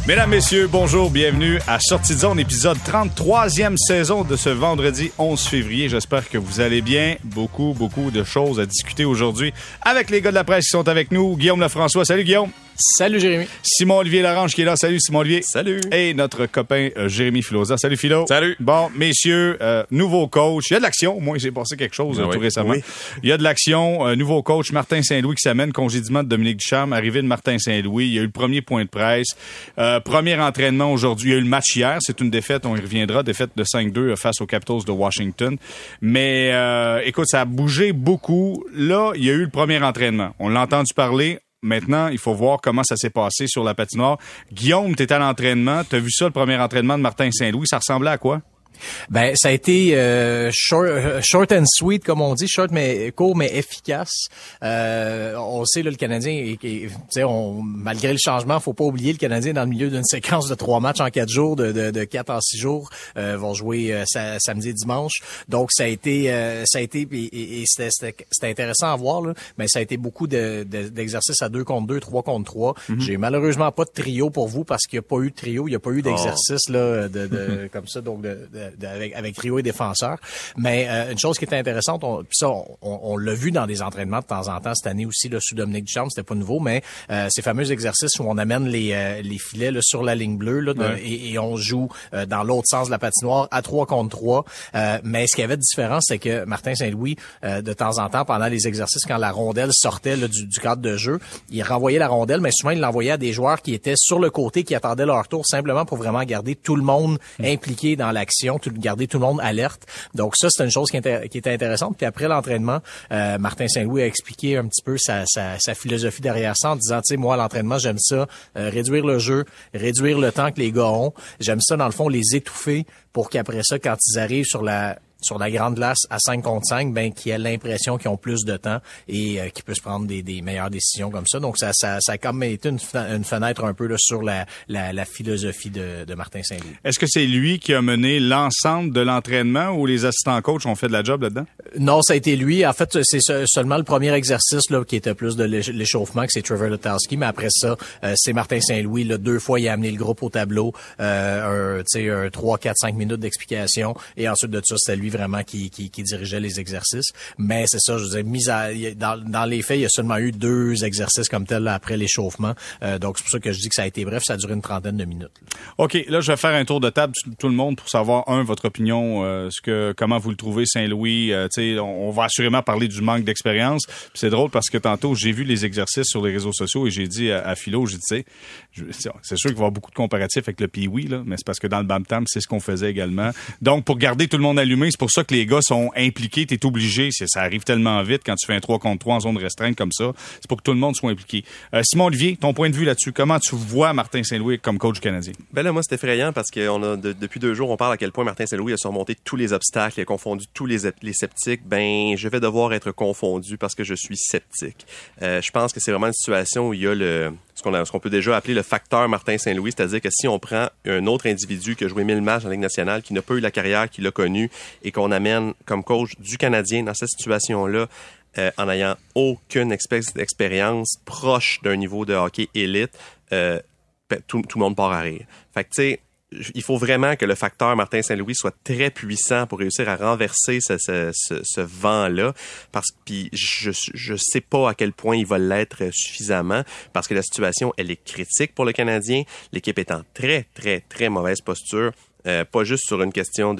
Mesdames, messieurs, bonjour, bienvenue à Sortie de zone, épisode 33e saison de ce vendredi 11 février. J'espère que vous allez bien. Beaucoup de choses à discuter aujourd'hui avec les gars de la presse qui sont avec nous. Guillaume Lefrançois, salut Guillaume. Salut Jérémy. Simon-Olivier Larange qui est là. Salut Simon-Olivier. Salut. Et notre copain Jérémy Filosa. Salut Philo. Salut. Bon, messieurs, nouveau coach. Il y a de l'action. Au moins, il s'est passé quelque chose tout récemment. Oui. Il y a de l'action. Nouveau coach, Martin Saint-Louis qui s'amène. Congédiement de Dominique Ducharme. Arrivée de Martin Saint-Louis. Il y a eu le premier point de presse. Premier entraînement aujourd'hui. Il y a eu le match hier. C'est une défaite. On y reviendra. Défaite de 5-2 face aux Capitals de Washington. Mais écoute, ça a bougé beaucoup. Là, il y a eu le premier entraînement. On l'a entendu parler. Maintenant, il faut voir comment ça s'est passé sur la patinoire. Guillaume, t'étais à l'entraînement. T'as vu ça, le premier entraînement de Martin Saint-Louis. Ça ressemblait à quoi? Ben, ça a été short and sweet, comme on dit, short mais court mais efficace. On sait là, le Canadien, malgré le changement, faut pas oublier le Canadien dans le milieu d'une séquence de 3 matchs en 4 jours, de 4 en 6 jours, vont jouer samedi et dimanche. Donc ça a été et c'était intéressant à voir là, mais ça a été beaucoup d'exercices à 2 contre 2, 3 contre 3. Mm-hmm. J'ai malheureusement pas de trio pour vous parce qu'il y a pas eu de trio, il y a pas eu d'exercice là comme ça, donc avec trio et défenseur. Mais une chose qui était intéressante, on l'a vu dans des entraînements de temps en temps cette année aussi là, sous Dominique Ducharme, c'était pas nouveau, mais ces fameux exercices où on amène les filets là, sur la ligne bleue là, et on joue dans l'autre sens de la patinoire à 3 contre 3. Mais ce qu'il y avait de différent, c'est que Martin Saint-Louis, de temps en temps, pendant les exercices, quand la rondelle sortait là, du cadre de jeu, il renvoyait la rondelle, mais souvent il l'envoyait à des joueurs qui étaient sur le côté, qui attendaient leur tour, simplement pour vraiment garder tout le monde impliqué dans l'action, garder tout le monde alerte. Donc ça, c'est une chose qui était intéressante. Puis après l'entraînement, Martin Saint-Louis a expliqué un petit peu sa philosophie derrière ça en disant, tu sais, moi, à l'entraînement, j'aime ça, réduire le jeu, réduire le temps que les gars ont. J'aime ça, dans le fond, les étouffer pour qu'après ça, quand ils arrivent sur la grande glace à 5 contre 5, ben, qu'ils aient l'impression qu'ils ont plus de temps et qu'ils peuvent prendre des meilleures décisions comme ça. Donc, ça a quand même été une fenêtre un peu là, sur la philosophie de Martin Saint-Louis. Est-ce que c'est lui qui a mené l'ensemble de l'entraînement ou les assistants coachs ont fait de la job là-dedans? Non, ça a été lui. En fait, c'est seulement le premier exercice là qui était plus de l'échauffement, que c'est Trevor Letowski, mais après ça, c'est Martin Saint-Louis. Là, 2 fois, il a amené le groupe au tableau, 3, 4, 5 minutes d'explication et ensuite de ça, c'était lui vraiment qui dirigeait les exercices. Mais c'est ça, je vous ai dans les faits, il y a seulement eu 2 exercices comme tel là, après l'échauffement. Donc c'est pour ça que je dis que ça a été bref, ça a duré une trentaine de minutes. OK, là je vais faire un tour de table tout le monde pour savoir votre opinion, comment vous le trouvez Saint-Louis. On va assurément parler du manque d'expérience. Puis c'est drôle parce que tantôt j'ai vu les exercices sur les réseaux sociaux et j'ai dit à Philo, j'ai dit c'est sûr qu'il va y avoir beaucoup de comparatifs avec le Pee-Wee là, mais c'est parce que dans le Bam-Tam, c'est ce qu'on faisait également. Donc pour garder tout le monde allumé, c'est pour ça que les gars sont impliqués, t'es obligé, ça arrive tellement vite quand tu fais un 3 contre 3 en zone restreinte comme ça, c'est pour que tout le monde soit impliqué. Simon-Olivier, ton point de vue là-dessus, comment tu vois Martin Saint-Louis comme coach canadien? Ben là, moi, c'est effrayant parce que depuis 2 jours, on parle à quel point Martin Saint-Louis a surmonté tous les obstacles, il a confondu tous les sceptiques. Ben, je vais devoir être confondu parce que je suis sceptique. Je pense que c'est vraiment une situation où il y a ce qu'on peut déjà appeler le facteur Martin Saint-Louis, c'est-à-dire que si on prend un autre individu qui a joué 1000 matchs en Ligue nationale, qui n'a pas eu la carrière qu'il a connue et qu'on amène comme coach du Canadien dans cette situation-là, en n'ayant aucune expérience proche d'un niveau de hockey élite, tout le monde part à rire. Fait que tu sais, il faut vraiment que le facteur Martin Saint-Louis soit très puissant pour réussir à renverser ce vent-là. Parce que je sais pas à quel point il va l'être suffisamment parce que la situation, elle est critique pour le Canadien. L'équipe est en très, très, très mauvaise posture. Pas juste sur une question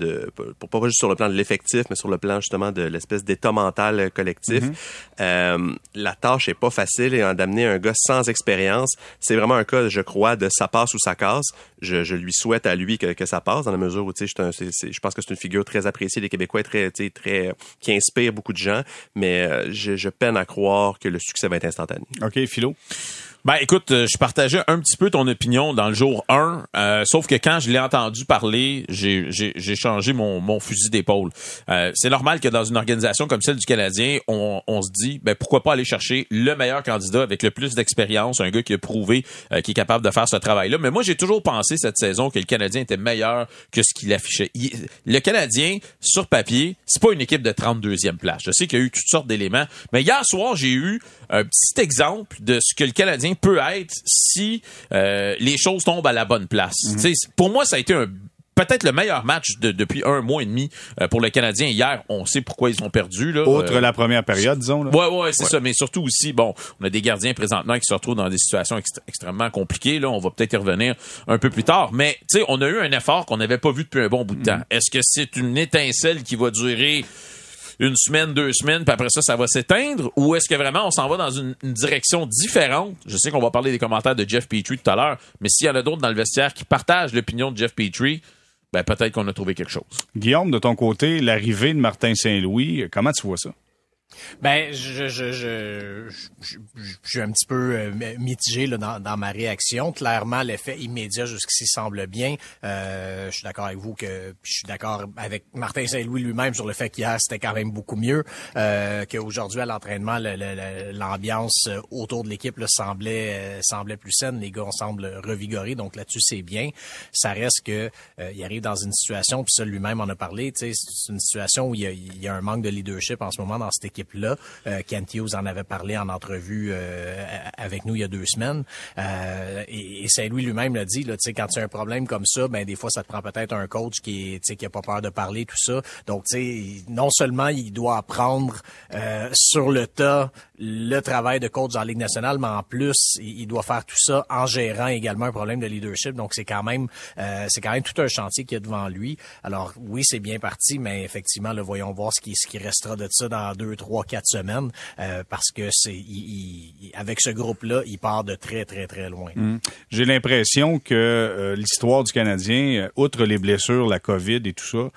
pas juste sur le plan de l'effectif, mais sur le plan justement de l'espèce d'état mental collectif. Mm-hmm. La tâche est pas facile et d'amener un gars sans expérience, c'est vraiment un cas, je crois, de ça passe ou ça casse. Je lui souhaite à lui que ça passe dans la mesure où, tu sais, je pense que c'est une figure très appréciée des Québécois, très qui inspire beaucoup de gens, mais je peine à croire que le succès va être instantané. OK, Philo? Ben écoute, je partageais un petit peu ton opinion dans le jour 1, sauf que quand je l'ai entendu parler, j'ai changé mon fusil d'épaule. C'est normal que dans une organisation comme celle du Canadien, on se dit ben pourquoi pas aller chercher le meilleur candidat avec le plus d'expérience, un gars qui a prouvé qui est capable de faire ce travail-là. Mais moi j'ai toujours pensé cette saison que le Canadien était meilleur que ce qu'il affichait. Le Canadien sur papier, c'est pas une équipe de 32e place. Je sais qu'il y a eu toutes sortes d'éléments, mais hier soir, j'ai eu un petit exemple de ce que le Canadien Canadien peut être si les choses tombent à la bonne place. Pour moi, ça a été peut-être le meilleur match depuis 1 mois et demi pour le Canadien. Hier, on sait pourquoi ils ont perdu. Là. Outre la première période, disons. Là. Ouais, c'est ça. Mais surtout aussi, bon, on a des gardiens présentement qui se retrouvent dans des situations extrêmement compliquées. Là, on va peut-être y revenir un peu plus tard. Mais tu sais, on a eu un effort qu'on n'avait pas vu depuis un bon bout de temps. Est-ce que c'est une étincelle qui va durer 1 semaine, 2 semaines, puis après ça va s'éteindre? Ou est-ce que vraiment on s'en va dans une direction différente? Je sais qu'on va parler des commentaires de Jeff Petrie tout à l'heure, mais s'il y en a d'autres dans le vestiaire qui partagent l'opinion de Jeff Petrie, ben peut-être qu'on a trouvé quelque chose. Guillaume, de ton côté, l'arrivée de Martin Saint-Louis, comment tu vois ça? Ben, je suis un petit peu mitigé là, dans ma réaction. Clairement, l'effet immédiat jusqu'ici semble bien. Je suis d'accord avec vous je suis d'accord avec Martin Saint-Louis lui-même sur le fait qu'hier, c'était quand même beaucoup mieux qu'aujourd'hui à l'entraînement. L'ambiance autour de l'équipe là, semblait plus saine. Les gars semblent revigorés, donc là-dessus, c'est bien. Ça reste que il arrive dans une situation, puis ça lui-même en a parlé, c'est une situation où il y a un manque de leadership en ce moment dans cette équipe-là. Kent Hughes en avait parlé en entrevue avec nous il y a 2 semaines. Et Saint-Louis lui-même l'a dit, là, quand tu as un problème comme ça, ben des fois, ça te prend peut-être un coach qui a pas peur de parler, tout ça. Donc, non seulement il doit apprendre sur le tas le travail de coach en Ligue nationale, mais en plus, il doit faire tout ça en gérant également un problème de leadership. Donc, c'est quand même tout un chantier qu'il y a devant lui. Alors, oui, c'est bien parti, mais effectivement, là, voyons voir ce qui restera de ça dans 2, 3, 4 semaines, parce que avec ce groupe-là, il part de très, très, très loin. J'ai l'impression que l'histoire du Canadien, outre les blessures, la COVID et tout ça,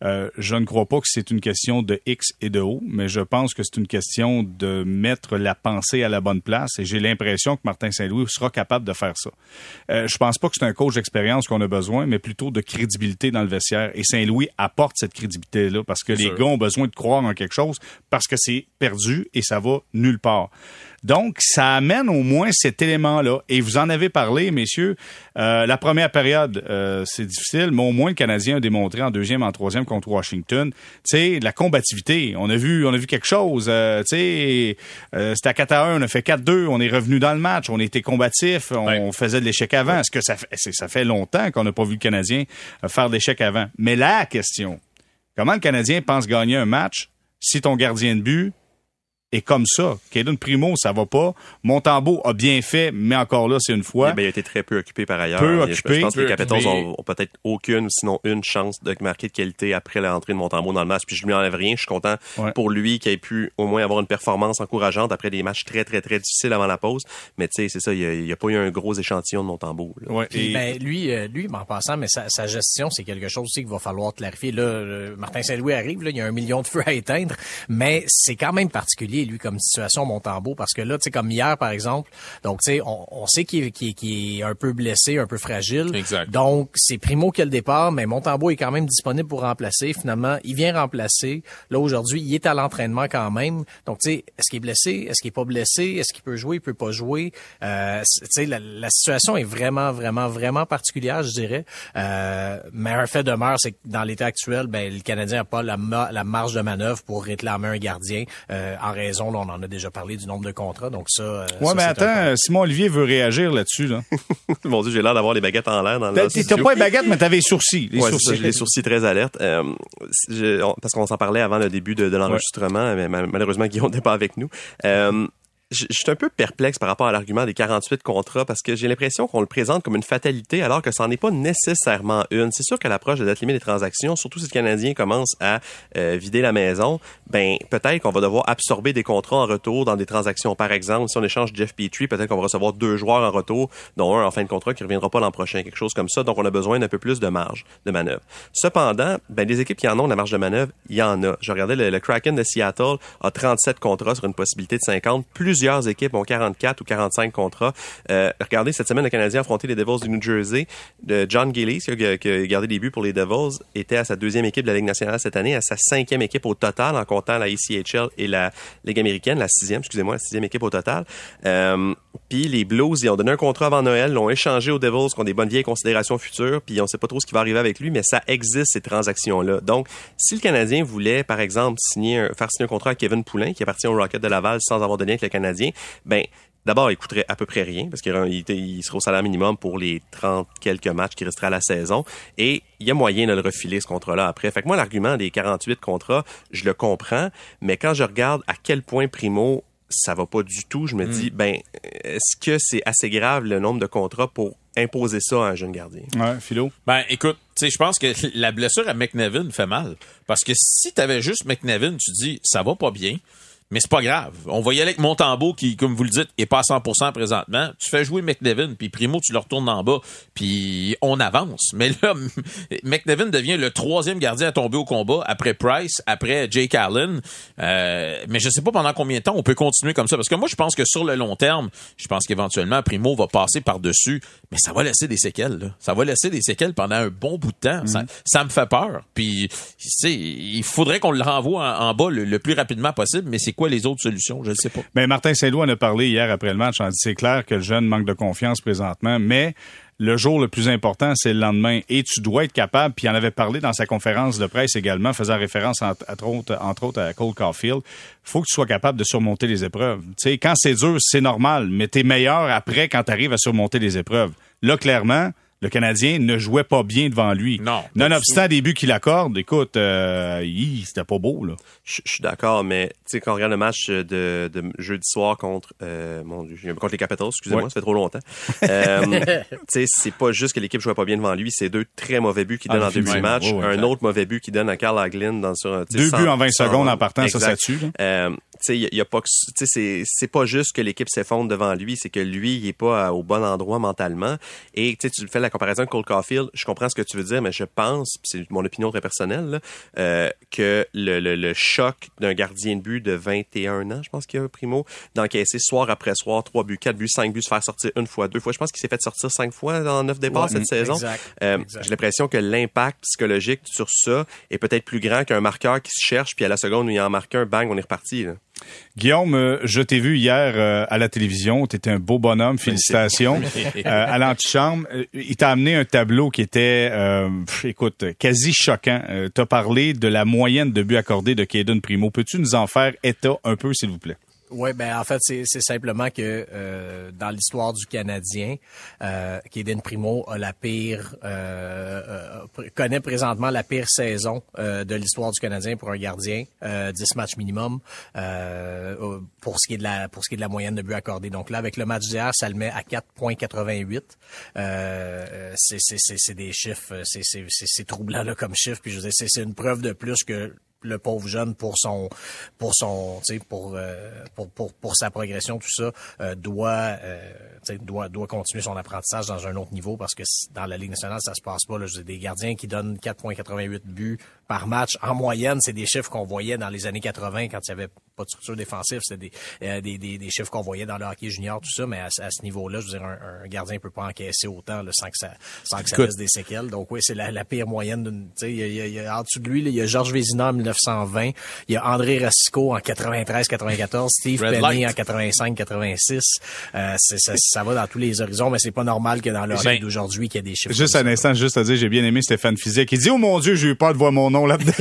je ne crois pas que c'est une question de X et de O, mais je pense que c'est une question de mettre la pensée à la bonne place, et j'ai l'impression que Martin Saint-Louis sera capable de faire ça. Je pense pas que c'est un coach d'expérience qu'on a besoin, mais plutôt de crédibilité dans le vestiaire, et Saint-Louis apporte cette crédibilité-là, parce que les gars ont besoin de croire en quelque chose, parce que c'est perdu et ça va nulle part. Donc, ça amène au moins cet élément-là. Et vous en avez parlé, messieurs. La première période, c'est difficile, mais au moins le Canadien a démontré en deuxième, en troisième contre Washington, tu sais, de la combativité. On a vu quelque chose. Tu sais, c'était à 4-1, on a fait 4-2, on est revenu dans le match, on était combatif, on faisait de l'échec avant. Est-ce que ça fait longtemps qu'on n'a pas vu le Canadien faire de l'échec avant? Mais la question, comment le Canadien pense gagner un match si ton gardien de but est comme ça? Caden Primo, ça va pas. Montembeault a bien fait, mais encore là, c'est une fois. Il a été très peu occupé par ailleurs. Je pense que les Capitals ont peut-être aucune, sinon une chance de marquer de qualité après l'entrée de Montembeault dans le match. Puis je lui enlève rien. Je suis content pour lui qu'il ait pu au moins avoir une performance encourageante après des matchs très, très, très difficiles avant la pause. Mais tu sais, c'est ça, il n'y a pas eu un gros échantillon de Montembeault. Lui, en passant, mais sa gestion, c'est quelque chose aussi qu'il va falloir clarifier. Là, Martin Saint-Louis arrive, là, il y a 1 million de feux à éteindre, mais c'est quand même particulier, lui, comme situation Montembeault, parce que là, tu sais, comme hier, par exemple, donc, tu sais, on sait qu'il est un peu blessé, un peu fragile. Exact. Donc, c'est Primo qui a le départ, mais Montembeault est quand même disponible pour remplacer. Finalement, il vient remplacer. Là, aujourd'hui, il est à l'entraînement quand même. Donc, tu sais, est-ce qu'il est blessé? Est-ce qu'il est pas blessé? Est-ce qu'il peut jouer? Il peut pas jouer? Tu sais, la situation est vraiment, vraiment, vraiment particulière, je dirais. Mais un fait demeure, c'est que dans l'état actuel, le Canadien n'a pas la marge de manœuvre pour réclamer un gardien, en raison, là, on en a déjà parlé du nombre de contrats, donc ça... mais attends, Simon Olivier veut réagir là-dessus, là. Mon Dieu, j'ai l'air d'avoir les baguettes en l'air dans le studio. T'as pas les baguettes, mais t'avais les sourcils. J'ai les sourcils très alertes. Parce qu'on s'en parlait avant le début de l'enregistrement, mais malheureusement, Guillaume n'était pas avec nous. Je suis un peu perplexe par rapport à l'argument des 48 contrats, parce que j'ai l'impression qu'on le présente comme une fatalité, alors que ça n'en est pas nécessairement une. C'est sûr qu'à l'approche de la date limite des transactions, surtout si le Canadien commence à vider la maison, peut-être qu'on va devoir absorber des contrats en retour dans des transactions. Par exemple, si on échange Jeff Petrie, peut-être qu'on va recevoir 2 joueurs en retour, dont un en fin de contrat qui ne reviendra pas l'an prochain, quelque chose comme ça. Donc, on a besoin d'un peu plus de marge de manœuvre. Cependant, des équipes qui en ont de la marge de manœuvre, il y en a. Je regardais le Kraken de Seattle a 37 contrats sur une possibilité de 50. Plusieurs équipes ont 44 ou 45 contrats. Regardez, cette semaine, le Canadien a affronté les Devils du New Jersey. John Gillies, qui a gardé des buts pour les Devils, était à sa 2e équipe de la Ligue nationale cette année, à sa 5e équipe au total, en comptant la ECHL et la Ligue américaine, la 6e équipe au total. Puis les Blues, ils ont donné un contrat avant Noël, l'ont échangé aux Devils, qui ont des bonnes vieilles considérations futures, puis on sait pas trop ce qui va arriver avec lui, mais ça existe, ces transactions-là. Donc, si le Canadien voulait, par exemple, faire signer un contrat à Kevin Poulin, qui appartient au Rocket de Laval, sans avoir de lien avec le Canadien, Canadien, ben d'abord, il coûterait à peu près rien parce qu'il serait au salaire minimum pour les 30 quelques matchs qui resteraient à la saison. Et il y a moyen de le refiler, ce contrat-là, après. Fait que moi, l'argument des 48 contrats, je le comprends. Mais quand je regarde à quel point Primo, ça va pas du tout, je me dis, ben, est-ce que c'est assez grave le nombre de contrats pour imposer ça à un jeune gardien? Ouais, Philo? Ben, écoute, tu sais, je pense que la blessure à McNevin fait mal. Parce que si t'avais juste McNevin, tu dis, ça va pas bien. Mais c'est pas grave. On va y aller avec Montembeault qui, comme vous le dites, est pas à 100% présentement. Tu fais jouer McNevin, puis Primo, tu le retournes en bas, puis on avance. Mais là, McNevin devient le 3e gardien à tomber au combat après Price, après Jake Allen. Mais je sais pas pendant combien de temps on peut continuer comme ça. Parce que moi, je pense que sur le long terme, je pense qu'éventuellement, Primo va passer par-dessus. Mais ça va laisser des séquelles, là. Ça va laisser des séquelles pendant un bon bout de temps. Ça me fait peur. Puis, tu sais, il faudrait qu'on le renvoie en bas le plus rapidement possible. Mais c'est quoi les autres solutions? Je ne sais pas. Ben, Martin Saint-Louis en a parlé hier après le match. On dit c'est clair que le jeune manque de confiance présentement, mais le jour le plus important, c'est le lendemain. Et tu dois être capable, puis il en avait parlé dans sa conférence de presse également, faisant référence entre autres à Cole Caulfield. Faut que tu sois capable de surmonter les épreuves. Tu sais, quand c'est dur, c'est normal, mais t'es meilleur après quand t'arrives à surmonter les épreuves. Là, clairement, le Canadien ne jouait pas bien devant lui. Non. Nonobstant des buts qu'il accorde, écoute, c'était pas beau, là. Je suis d'accord, mais tu sais, quand on regarde le match de jeudi soir contre les Capitals, excusez-moi, ça fait trop longtemps. Tu sais, c'est pas juste que l'équipe jouait pas bien devant lui, c'est 2 très mauvais buts qu'il donne en début du match, un autre mauvais but qu'il donne à Carl Hagelin sur un 2 buts en 20 secondes en partant, exact. ça tue. Tu sais, il y a pas que, tu sais, c'est pas juste que l'équipe s'effondre devant lui, c'est que lui, il est pas au bon endroit mentalement. Et tu sais, tu fais la comparaison avec Cole Caulfield, je comprends ce que tu veux dire, mais je pense, pis c'est mon opinion très personnelle, là, que le choc d'un gardien de but de 21 ans, je pense qu'il y a un Primo, d'encaisser soir après soir 3 buts, 4 buts, 5 buts, se faire sortir 1 fois, 2 fois. Je pense qu'il s'est fait sortir 5 fois dans 9 départs cette saison. J'ai l'impression que l'impact psychologique sur ça est peut-être plus grand qu'un marqueur qui se cherche, puis à la seconde où il en marque un, bang, on est reparti, là. Guillaume, je t'ai vu hier à la télévision. T'étais un beau bonhomme. Félicitations. À l'antichambre, il t'a amené un tableau qui était, écoute, quasi choquant. T'as parlé de la moyenne de buts accordés de Cayden Primo. Peux-tu nous en faire état un peu, s'il vous plaît? Oui, ben en fait, c'est simplement que dans l'histoire du Canadien, Cayden Primo a la pire connaît présentement la pire saison de l'histoire du Canadien pour un gardien, 10 matchs minimum pour ce qui est de la moyenne de buts accordés. Donc là, avec le match d'hier, ça le met à 4.88. C'est des chiffres, c'est troublant là comme chiffre. Puis je veux dire, c'est une preuve de plus que le pauvre jeune pour tu sais, pour sa progression, tout ça, doit continuer son apprentissage dans un autre niveau parce que dans la Ligue nationale, ça se passe pas, là. J'ai des gardiens qui donnent 4.88 buts par match. En moyenne, c'est des chiffres qu'on voyait dans les années 80 quand il y avait pas de structure défensive. C'était des chiffres qu'on voyait dans le hockey junior, tout ça, mais à ce niveau-là, je veux dire, un gardien peut pas encaisser autant, là, sans que ça laisse des séquelles. Donc oui, c'est la pire moyenne d'une, tu sais, il y a en dessous de lui, là, il y a Georges Vézina en 1920, il y a André Racicot en 93-94, Steve Penny en 85-86. Ça va dans tous les horizons, mais c'est pas normal que dans le hockey d'aujourd'hui qu'il y ait des chiffres. Juste un instant, juste à dire, j'ai bien aimé Stéphane Fiset qui dit, oh mon Dieu, j'ai eu peur de voir mon nom là-dedans.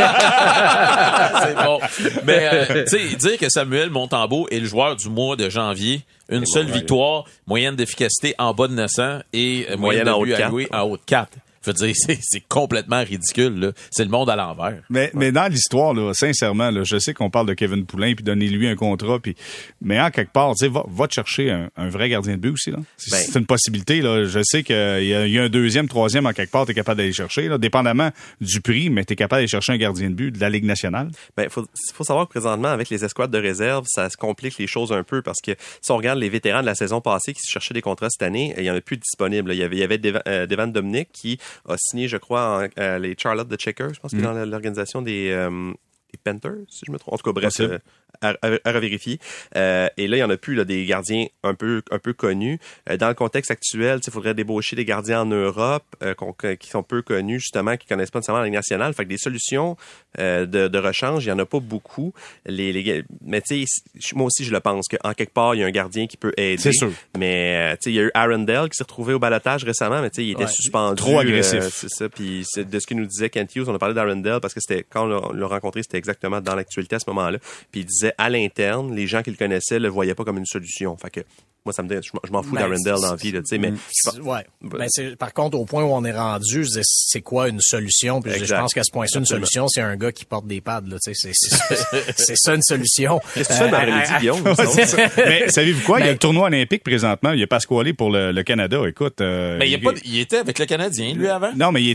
C'est bon. Mais, tu sais, dire que Samuel Montembeault est le joueur du mois de janvier, une seule victoire, moyenne d'efficacité en bas de 900 et moyenne de but alloué en haut de 4. Je veux dire, c'est complètement ridicule, là. C'est le monde à l'envers. Mais dans l'histoire, là, sincèrement, là, je sais qu'on parle de Kevin Poulin puis donnez-lui un contrat, mais en quelque part, tu sais, va te chercher un vrai gardien de but aussi, là. C'est une possibilité, là. Je sais qu'il y a un 2e, 3e en quelque part, t'es capable d'aller chercher, là, dépendamment du prix, mais t'es capable d'aller chercher un gardien de but de la Ligue nationale. Faut savoir que présentement, avec les escouades de réserve, ça se complique les choses un peu parce que si on regarde les vétérans de la saison passée qui se cherchaient des contrats cette année, il y en a plus disponibles. Il y avait Devan Dominic qui a signé, je crois, les Charlotte de Checker, je pense qu'il est dans l'organisation des Panthers, si je me trompe. En tout cas, bref, à revérifier. Et là, il y en a plus là, des gardiens un peu connus. Dans le contexte actuel, il faudrait débaucher des gardiens en Europe qui sont peu connus, justement, qui connaissent pas nécessairement la Ligue nationale. Fait que des solutions de rechange, il y en a pas beaucoup. Mais tu sais, moi aussi, je le pense qu'en quelque part, il y a un gardien qui peut aider. C'est sûr. Mais tu sais, il y a eu Arundel qui s'est retrouvé au balotage récemment, mais tu sais, il était suspendu. Trop agressif. C'est ça. Puis de ce que nous disait Kent Hughes, on a parlé d'Arundel parce que c'était quand on l'a rencontré, c'était exactement dans l'actualité à ce moment-là. Puis il disait, à l'interne, les gens qui le connaissaient le voyaient pas comme une solution. Fait que moi, ça me dit, je m'en fous d'Arundel dans la vie, là, tu sais, mais... Ouais. Ben, par contre, au point où on est rendu, je disais, c'est quoi une solution? Puis je pense qu'à ce point-ci, une solution, c'est un gars qui porte des pads, là, tu sais, c'est ça une solution. Qu'est-ce que tu fais, Marie-Lydie Guillaume? Mais savez-vous quoi? Il y a le tournoi olympique présentement. Il y a Pasquale pour le Canada. Écoute, mais il était avec le Canadien, lui, avant? Non, mais il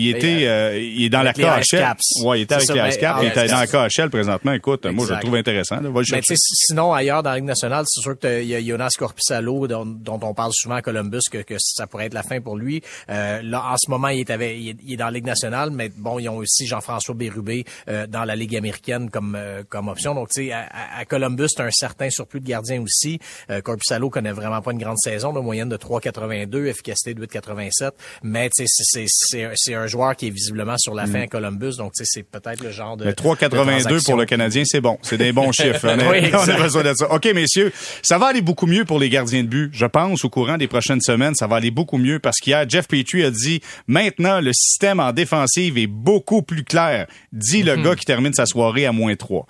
est dans la KHL. Ouais, il était avec les Ice Caps. Il était dans la KHL présentement. Écoute, moi, je le trouve intéressant. Là. Mais sinon, ailleurs, dans la Ligue nationale, c'est sûr qu'il y a Jonas Korpisalo, dont on parle souvent à Columbus, que ça pourrait être la fin pour lui. Là, en ce moment, il est dans la Ligue nationale, mais bon, ils ont aussi Jean-François Bérubé dans la Ligue américaine comme option. Donc, tu sais, à Columbus, c'est un certain surplus de gardiens aussi. Korpisalo connaît vraiment pas une grande saison, de moyenne de 3,82, efficacité de 8,87. Mais tu sais, c'est un joueur qui est visiblement sur la fin à Columbus. Donc, tu sais, c'est peut-être le genre de... Mais 3,82 pour le Canadien, c'est bon. C'est des bons chiffres. Oui, on a besoin de ça. OK, messieurs, ça va aller beaucoup mieux pour les gardiens de but. Je pense, au courant des prochaines semaines, ça va aller beaucoup mieux parce qu'hier, Jeff Petrie a dit, maintenant, le système en défensive est beaucoup plus clair, dit le gars qui termine sa soirée à -3.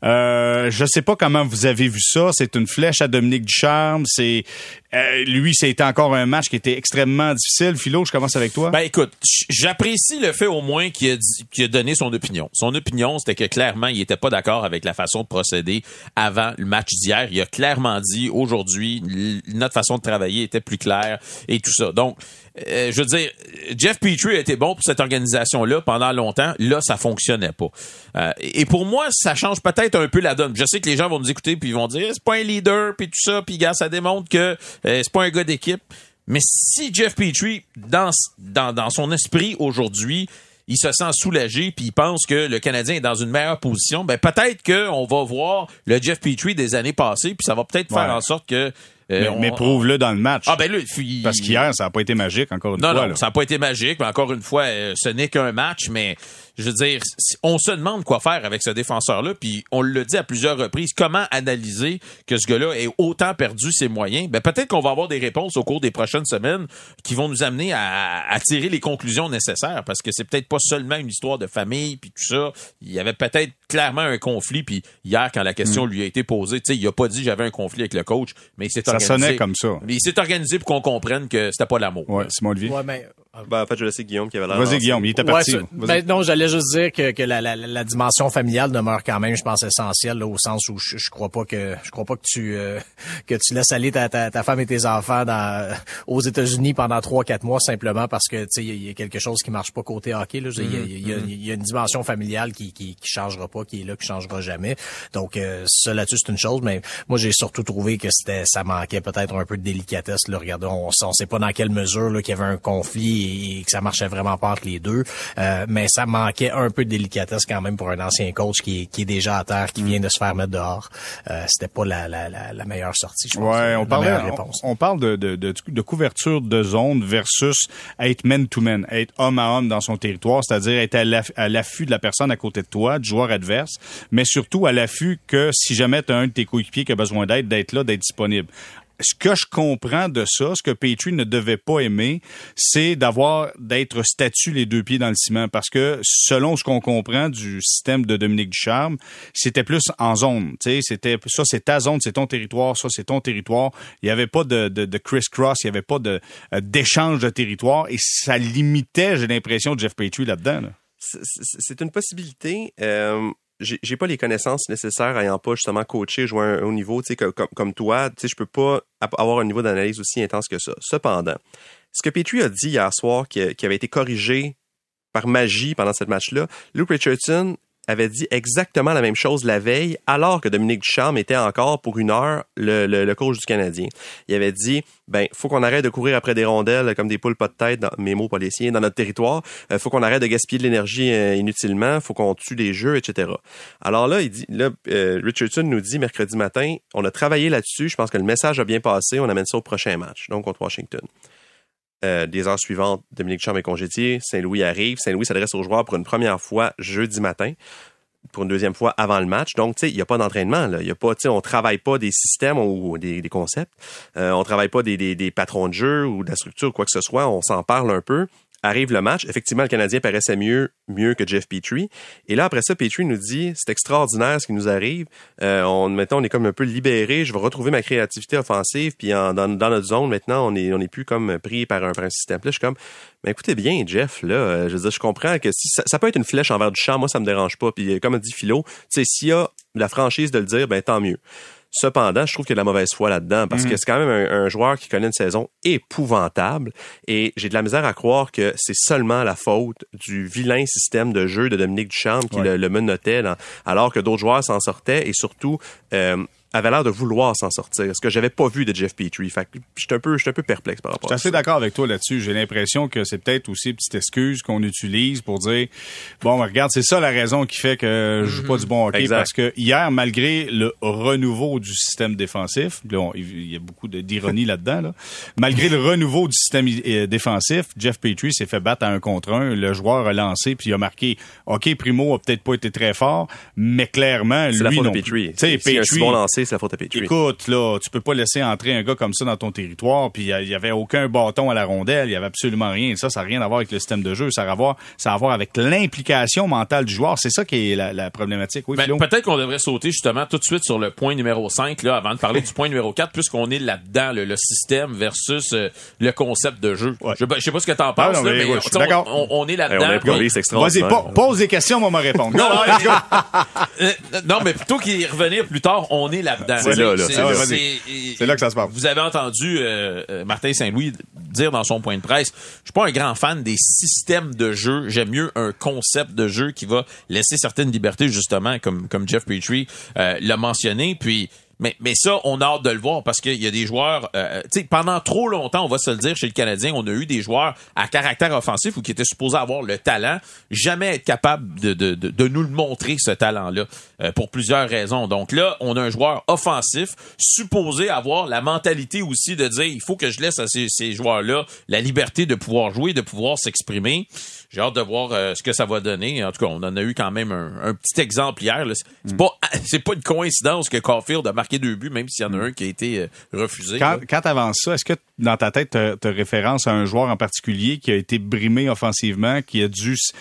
Je sais pas comment vous avez vu ça. C'est une flèche à Dominique Ducharme. Lui, c'était encore un match qui était extrêmement difficile. Philo, je commence avec toi. Ben, écoute, j'apprécie le fait au moins qu'il a donné son opinion. Son opinion, c'était que clairement, il était pas d'accord avec la façon de procéder avant le match d'hier. Il a clairement dit, aujourd'hui, notre façon de travailler était plus claire et tout ça. Donc, je veux dire, Jeff Petrie a été bon pour cette organisation-là pendant longtemps. Là, ça fonctionnait pas. Et pour moi, ça change peut-être un peu la donne. Je sais que les gens vont nous écouter puis ils vont dire, c'est pas un leader puis tout ça, puis gars, ça démontre que c'est pas un gars d'équipe. Mais si Jeff Petrie, dans son esprit aujourd'hui, il se sent soulagé puis il pense que le Canadien est dans une meilleure position, ben peut-être qu'on va voir le Jeff Petrie des années passées puis ça va peut-être faire en sorte que mais prouve-le dans le match. Ah ben là, parce qu'hier, ça n'a pas été magique, encore une fois. Non, ça n'a pas été magique, mais encore une fois, ce n'est qu'un match, mais je veux dire, on se demande quoi faire avec ce défenseur-là, puis on le dit à plusieurs reprises, comment analyser que ce gars-là ait autant perdu ses moyens? Ben peut-être qu'on va avoir des réponses au cours des prochaines semaines qui vont nous amener à tirer les conclusions nécessaires, parce que c'est peut-être pas seulement une histoire de famille, puis tout ça. Il y avait peut-être clairement un conflit, puis hier, quand la question lui a été posée, tu sais, il a pas dit j'avais un conflit avec le coach, mais il s'est organisé. Ça sonnait comme ça. Mais il s'est organisé pour qu'on comprenne que c'était pas l'amour. Ouais, Simon Olivier. Ouais, mais... Ben, en fait, je sais Guillaume qui avait l'air. Vas-y, Guillaume, il était parti. Non, j'allais juste dire que la dimension familiale demeure quand même, je pense, essentielle, là, au sens où je crois pas que tu laisses aller ta femme et tes enfants aux États-Unis pendant 3-4 mois simplement parce que, tu sais, il y a quelque chose qui marche pas côté hockey, là. Il y a une dimension familiale qui changera pas, qui est là, qui changera jamais. Donc, ça là-dessus, c'est une chose, mais moi, j'ai surtout trouvé que ça manquait peut-être un peu de délicatesse, là. Regardez, on sait pas dans quelle mesure, là, qu'il y avait un conflit et que ça marchait vraiment pas entre les deux. Mais ça manquait un peu de délicatesse quand même pour un ancien coach qui est déjà à terre, qui vient de se faire mettre dehors. C'était pas la meilleure sortie, je pense. Ouais, on parle de couverture de zone versus être man-to-man, être homme à homme dans son territoire, c'est-à-dire être à l'affût de la personne à côté de toi, du joueur adverse, mais surtout à l'affût que si jamais tu as un de tes coéquipiers qui a besoin d'aide, d'être là, d'être disponible. Ce que je comprends de ça, ce que Petrie ne devait pas aimer, c'est d'être statut les deux pieds dans le ciment. Parce que, selon ce qu'on comprend du système de Dominique Ducharme, c'était plus en zone. Tu sais, ça, c'est ta zone, c'est ton territoire, ça, c'est ton territoire. Il n'y avait pas de criss-cross, il n'y avait pas d'échange de territoire. Et ça limitait, j'ai l'impression, de Jeff Petrie là-dedans. Là. C'est une possibilité. J'ai pas les connaissances nécessaires ayant pas justement coaché, joué à un haut niveau, tu sais, comme toi, tu sais, je peux pas avoir un niveau d'analyse aussi intense que ça. Cependant, ce que Petrie a dit hier soir, qui avait été corrigé par magie pendant ce match-là, Luke Richardson avait dit exactement la même chose la veille, alors que Dominique Ducharme était encore pour 1 heure le coach du Canadien. Il avait dit, faut qu'on arrête de courir après des rondelles comme des poules pas de tête, mes mots pas les siens, dans notre territoire. Faut qu'on arrête de gaspiller de l'énergie inutilement. Faut qu'on tue les jeux, etc. Alors là, Richardson nous dit mercredi matin, on a travaillé là-dessus. Je pense que le message a bien passé. On amène ça au prochain match, donc contre Washington. Des heures suivantes, Dominique Ducharme est congédié, Saint-Louis arrive, Saint-Louis s'adresse aux joueurs pour une première fois jeudi matin, pour une deuxième fois avant le match. Donc, tu sais, il n'y a pas d'entraînement, là. Il y a pas, tu sais, on travaille pas des systèmes ou des concepts. On travaille pas des patrons de jeu ou de la structure ou quoi que ce soit. On s'en parle un peu. Arrive le match. Effectivement, le Canadien paraissait mieux que Jeff Petrie. Et là, après ça, Petrie nous dit, c'est extraordinaire ce qui nous arrive. On est comme un peu libéré. Je vais retrouver ma créativité offensive. Puis dans notre zone, maintenant, on est plus comme pris par un système. Là, je suis comme, mais écoutez bien, Jeff, là, je veux dire, je comprends que si ça peut être une flèche envers du champ, moi, ça me dérange pas. Puis comme a dit Philo, tu sais, s'il y a la franchise de le dire, ben tant mieux. Cependant, je trouve qu'il y a de la mauvaise foi là-dedans parce que c'est quand même un joueur qui connaît une saison épouvantable et j'ai de la misère à croire que c'est seulement la faute du vilain système de jeu de Dominique Ducharme qui le menottait alors que d'autres joueurs s'en sortaient et surtout avait l'air de vouloir s'en sortir. Ce que j'avais pas vu de Jeff Petrie. Fait que j'étais un peu perplexe par rapport à ça. Je suis assez d'accord avec toi là-dessus. J'ai l'impression que c'est peut-être aussi une petite excuse qu'on utilise pour dire, bon, regarde, c'est ça la raison qui fait que je joue pas du bon hockey. Exact. Parce que hier, malgré le renouveau du système défensif, là, il y a beaucoup d'ironie là-dedans, là. Malgré le renouveau du système défensif, Jeff Petrie s'est fait battre à 1 contre 1. Le joueur a lancé puis il a marqué. OK, Primo a peut-être pas été très fort, mais clairement, c'est lui, la faute non. de Petrie. Tu sais, Petrie, si un bon lancé, c'est la faute à Petrie. Écoute, là, tu peux pas laisser entrer un gars comme ça dans ton territoire, puis il y avait aucun bâton à la rondelle, il y avait absolument rien. Ça n'a rien à voir avec le système de jeu, ça a à voir avec l'implication mentale du joueur. C'est ça qui est la problématique. Oui, peut-être qu'on devrait sauter justement tout de suite sur le point numéro 5, là, avant de parler du point numéro 4, puisqu'on est là-dedans, le système versus le concept de jeu. Ouais. Je sais pas ce que t'en penses, mais on est là-dedans. Vas-y, pose des questions, on va me répondre. Non, mais plutôt qu'y revenir plus tard, on est là-dedans. C'est là que ça se passe. Vous avez entendu Martin Saint-Louis dire dans son point de presse, je suis pas un grand fan des systèmes de jeu, j'aime mieux un concept de jeu qui va laisser certaines libertés, justement, comme Jeff Petrie l'a mentionné, puis mais ça, on a hâte de le voir parce qu'il y a des joueurs, tu sais, pendant trop longtemps, on va se le dire, chez le Canadien, on a eu des joueurs à caractère offensif ou qui étaient supposés avoir le talent, jamais être capable de nous le montrer, ce talent-là, pour plusieurs raisons. Donc là, on a un joueur offensif supposé avoir la mentalité aussi de dire, il faut que je laisse à ces joueurs-là la liberté de pouvoir jouer, de pouvoir s'exprimer. J'ai hâte de voir ce que ça va donner. En tout cas, on en a eu quand même un petit exemple hier. Là. C'est pas une coïncidence que Caulfield a marqué 2 buts, même s'il y en a un qui a été refusé. Quand t'avances ça, est-ce que dans ta tête, t'as référence à un joueur en particulier qui a été brimé offensivement, qui a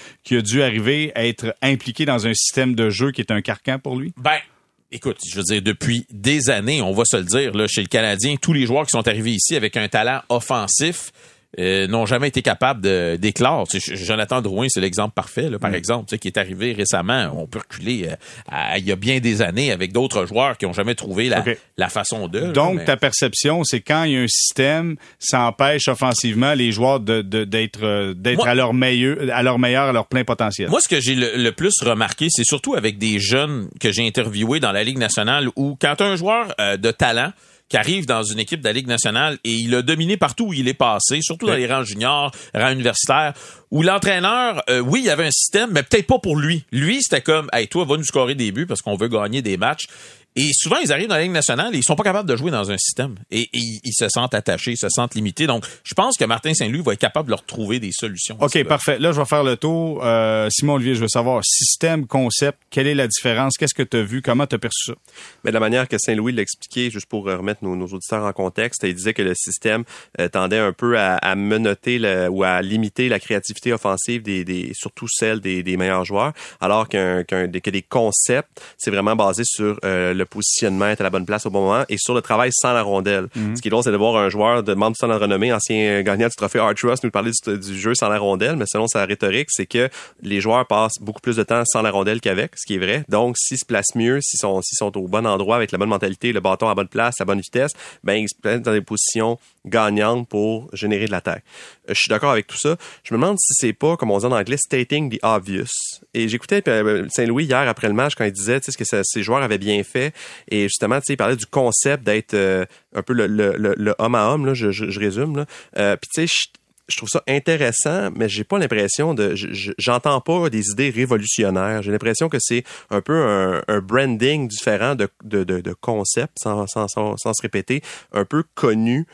dû arriver à être impliqué dans un système de jeu qui est un carcan pour lui? Ben, écoute, je veux dire, depuis des années, on va se le dire, là, chez le Canadien, tous les joueurs qui sont arrivés ici avec un talent offensif n'ont jamais été capables d'éclore. Jonathan Drouin, c'est l'exemple parfait, là, par exemple, qui est arrivé récemment. On peut reculer il y a bien des années avec d'autres joueurs qui n'ont jamais trouvé la façon de. Donc, ta perception, c'est quand il y a un système, ça empêche offensivement les joueurs d'être à leur meilleur, à leur plein potentiel. Moi, ce que j'ai le plus remarqué, c'est surtout avec des jeunes que j'ai interviewés dans la Ligue nationale où quand un joueur de talent qui arrive dans une équipe de la Ligue nationale et il a dominé partout où il est passé, surtout dans les rangs juniors, rangs universitaires, où l'entraîneur, oui, il y avait un système, mais peut-être pas pour lui. Lui, c'était comme, hey, toi, va nous scorer des buts parce qu'on veut gagner des matchs. Et souvent, ils arrivent dans la Ligue nationale et ils sont pas capables de jouer dans un système. Et ils se sentent attachés, ils se sentent limités. Donc, je pense que Martin Saint-Louis va être capable de leur trouver des solutions. OK, parfait. Là, je vais faire le tour. Simon Olivier, je veux savoir, système, concept, quelle est la différence? Qu'est-ce que tu as vu? Comment tu as perçu ça? Mais de la manière que Saint-Louis l'a expliqué, juste pour remettre nos auditeurs en contexte, il disait que le système tendait un peu à menotter ou à limiter la créativité offensive surtout celle des meilleurs joueurs, alors que des concepts, c'est vraiment basé sur le positionnement, être à la bonne place au bon moment et sur le travail sans la rondelle. Ce qui est drôle, c'est de voir un joueur de membre du Centre de renommée, ancien gagnant du trophée Art Truss, nous parler du jeu sans la rondelle, mais selon sa rhétorique, c'est que les joueurs passent beaucoup plus de temps sans la rondelle qu'avec, ce qui est vrai. Donc, s'ils se placent mieux, s'ils sont au bon endroit avec la bonne mentalité, le bâton à la bonne place, à bonne vitesse, ben ils se placent dans des positions gagnantes pour générer de l'attaque. Je suis d'accord avec tout ça. Je me demande si c'est pas, comme on dit en anglais, stating the obvious. Et j'écoutais Saint-Louis hier après le match quand il disait ce que ses joueurs avaient bien fait. Et justement, il parlait du concept d'être un peu le homme à homme, là, je résume. Là. Puis tu sais, je trouve ça intéressant, mais j'ai pas l'impression j'entends pas des idées révolutionnaires. J'ai l'impression que c'est un peu un branding différent de concept, sans se répéter, un peu connu.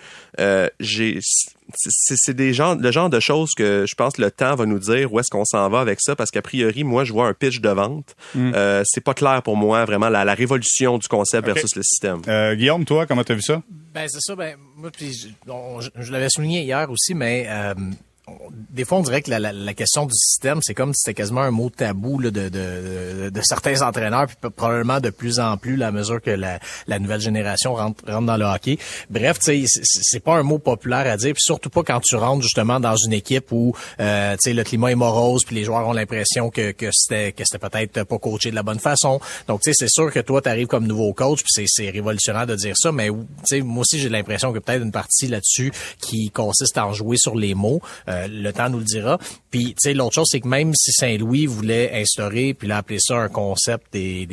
C'est le genre de choses que je pense que le temps va nous dire où est-ce qu'on s'en va avec ça, parce qu'a priori, moi, je vois un pitch de vente. C'est pas clair pour moi, vraiment, la révolution du concept versus le système. Guillaume, toi, comment t'as vu ça? Ben, c'est ça. Ben, moi, puis je l'avais souligné hier aussi, mais des fois, on dirait que la question du système, c'est comme si c'était quasiment un mot tabou là, de certains entraîneurs, puis probablement de plus en plus, là, à mesure que la nouvelle génération rentre dans le hockey. Bref, tu sais, c'est pas un mot populaire à dire, puis surtout pas quand tu rentres justement dans une équipe où tu sais, le climat est morose, puis les joueurs ont l'impression que c'était peut-être pas coaché de la bonne façon. Donc, tu sais, c'est sûr que toi, t'arrives comme nouveau coach, puis c'est révolutionnaire de dire ça, mais tu sais, moi aussi, j'ai l'impression que peut-être une partie là-dessus qui consiste à en jouer sur les mots. Le temps nous le dira. Puis, tu sais, l'autre chose, c'est que même si Saint-Louis voulait instaurer, puis là, appeler ça un concept,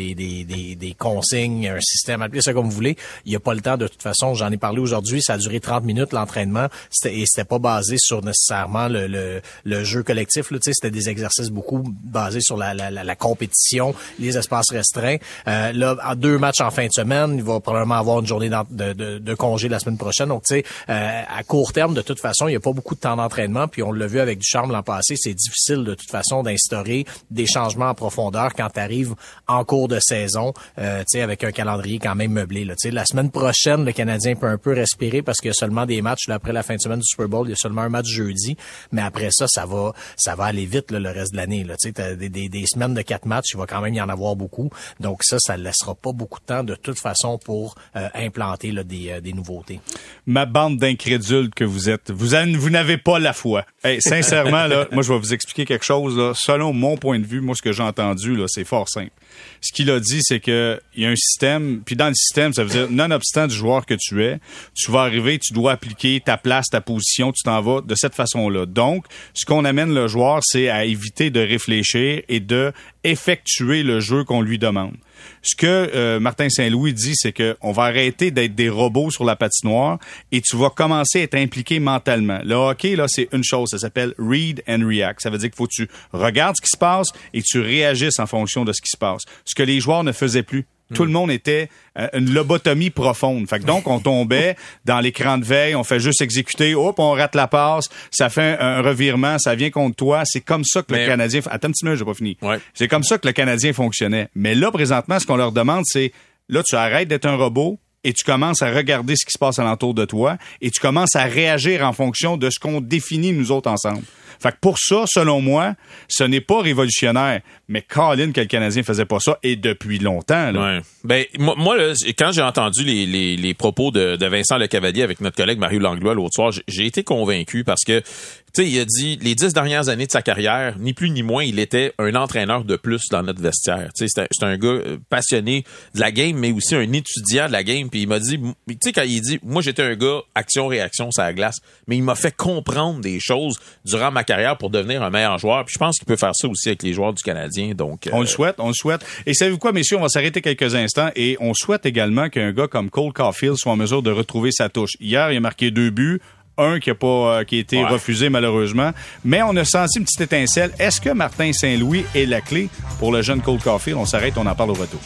des consignes, un système, appelez ça comme vous voulez, il n'y a pas le temps de toute façon. J'en ai parlé aujourd'hui, ça a duré 30 minutes, l'entraînement, et c'était pas basé sur nécessairement le jeu collectif, là, tu sais, c'était des exercices beaucoup basés sur la compétition, les espaces restreints. Là, en 2 matchs en fin de semaine, il va probablement avoir une journée de congé la semaine prochaine. Donc, tu sais, à court terme, de toute façon, il n'y a pas beaucoup de temps d'entraînement, puis on l'a vu avec Ducharme l'an passé, c'est difficile de toute façon d'instaurer des changements en profondeur quand tu arrives en cours de saison, tu sais, avec un calendrier quand même meublé. Là. Tu sais, la semaine prochaine, le Canadien peut un peu respirer parce qu'il y a seulement des matchs. Là, après la fin de semaine du Super Bowl, il y a seulement un match jeudi, mais après ça, ça va aller vite là, le reste de l'année. Là. Tu sais, t'as des semaines de 4 matchs, il va quand même y en avoir beaucoup. Donc ça ne laissera pas beaucoup de temps de toute façon pour implanter là, des nouveautés. Ma bande d'incrédules que vous êtes, vous n'avez pas la foi. Hey, sincèrement, là, moi, je vais vous expliquer quelque chose. Là. Selon mon point de vue, moi, ce que j'ai entendu, là, c'est fort simple. Ce qu'il a dit, c'est que il y a un système, puis dans le système, ça veut dire, nonobstant du joueur que tu es, tu vas arriver, tu dois appliquer ta place, ta position, tu t'en vas de cette façon-là. Donc, ce qu'on amène le joueur, c'est à éviter de réfléchir et de effectuer le jeu qu'on lui demande. Ce que Martin Saint-Louis dit, c'est que on va arrêter d'être des robots sur la patinoire et tu vas commencer à être impliqué mentalement. Le hockey, là, c'est une chose, ça s'appelle read and react. Ça veut dire qu'il faut que tu regardes ce qui se passe et tu réagisses en fonction de ce qui se passe. Ce que les joueurs ne faisaient plus. Tout le monde était une lobotomie profonde. Fait que donc, on tombait dans l'écran de veille, on fait juste exécuter, hop, on rate la passe, ça fait un revirement, ça vient contre toi. C'est comme ça que le Canadien... Attends un petit minute, j'ai pas fini. Ouais. C'est comme ça que le Canadien fonctionnait. Mais là, présentement, ce qu'on leur demande, c'est, là, tu arrêtes d'être un robot et tu commences à regarder ce qui se passe alentour de toi et tu commences à réagir en fonction de ce qu'on définit nous autres ensemble. Fait que pour ça, selon moi, ce n'est pas révolutionnaire. Mais Colin, que le Canadien faisait pas ça, et depuis longtemps. Là. Ouais. Ben, moi là, quand j'ai entendu les propos de Vincent Lecavalier avec notre collègue Mario Langlois l'autre soir, j'ai été convaincu parce que, tu sais, il a dit, les 10 dernières années de sa carrière, ni plus ni moins, il était un entraîneur de plus dans notre vestiaire. Tu sais, c'est un gars passionné de la game, mais aussi un étudiant de la game. Puis il m'a dit, tu sais, quand il dit, moi j'étais un gars action-réaction sur la glace, mais il m'a fait comprendre des choses durant ma carrière pour devenir un meilleur joueur. Puis je pense qu'il peut faire ça aussi avec les joueurs du Canadien. Donc, on le souhaite. Et savez-vous quoi, messieurs, on va s'arrêter quelques instants et on souhaite également qu'un gars comme Cole Caulfield soit en mesure de retrouver sa touche. Hier, il a marqué 2 buts. Un qui a été refusé malheureusement, mais on a senti une petite étincelle. Est-ce que Martin Saint-Louis est la clé pour le jeune Cole Caulfield? On s'arrête, on en parle au retour.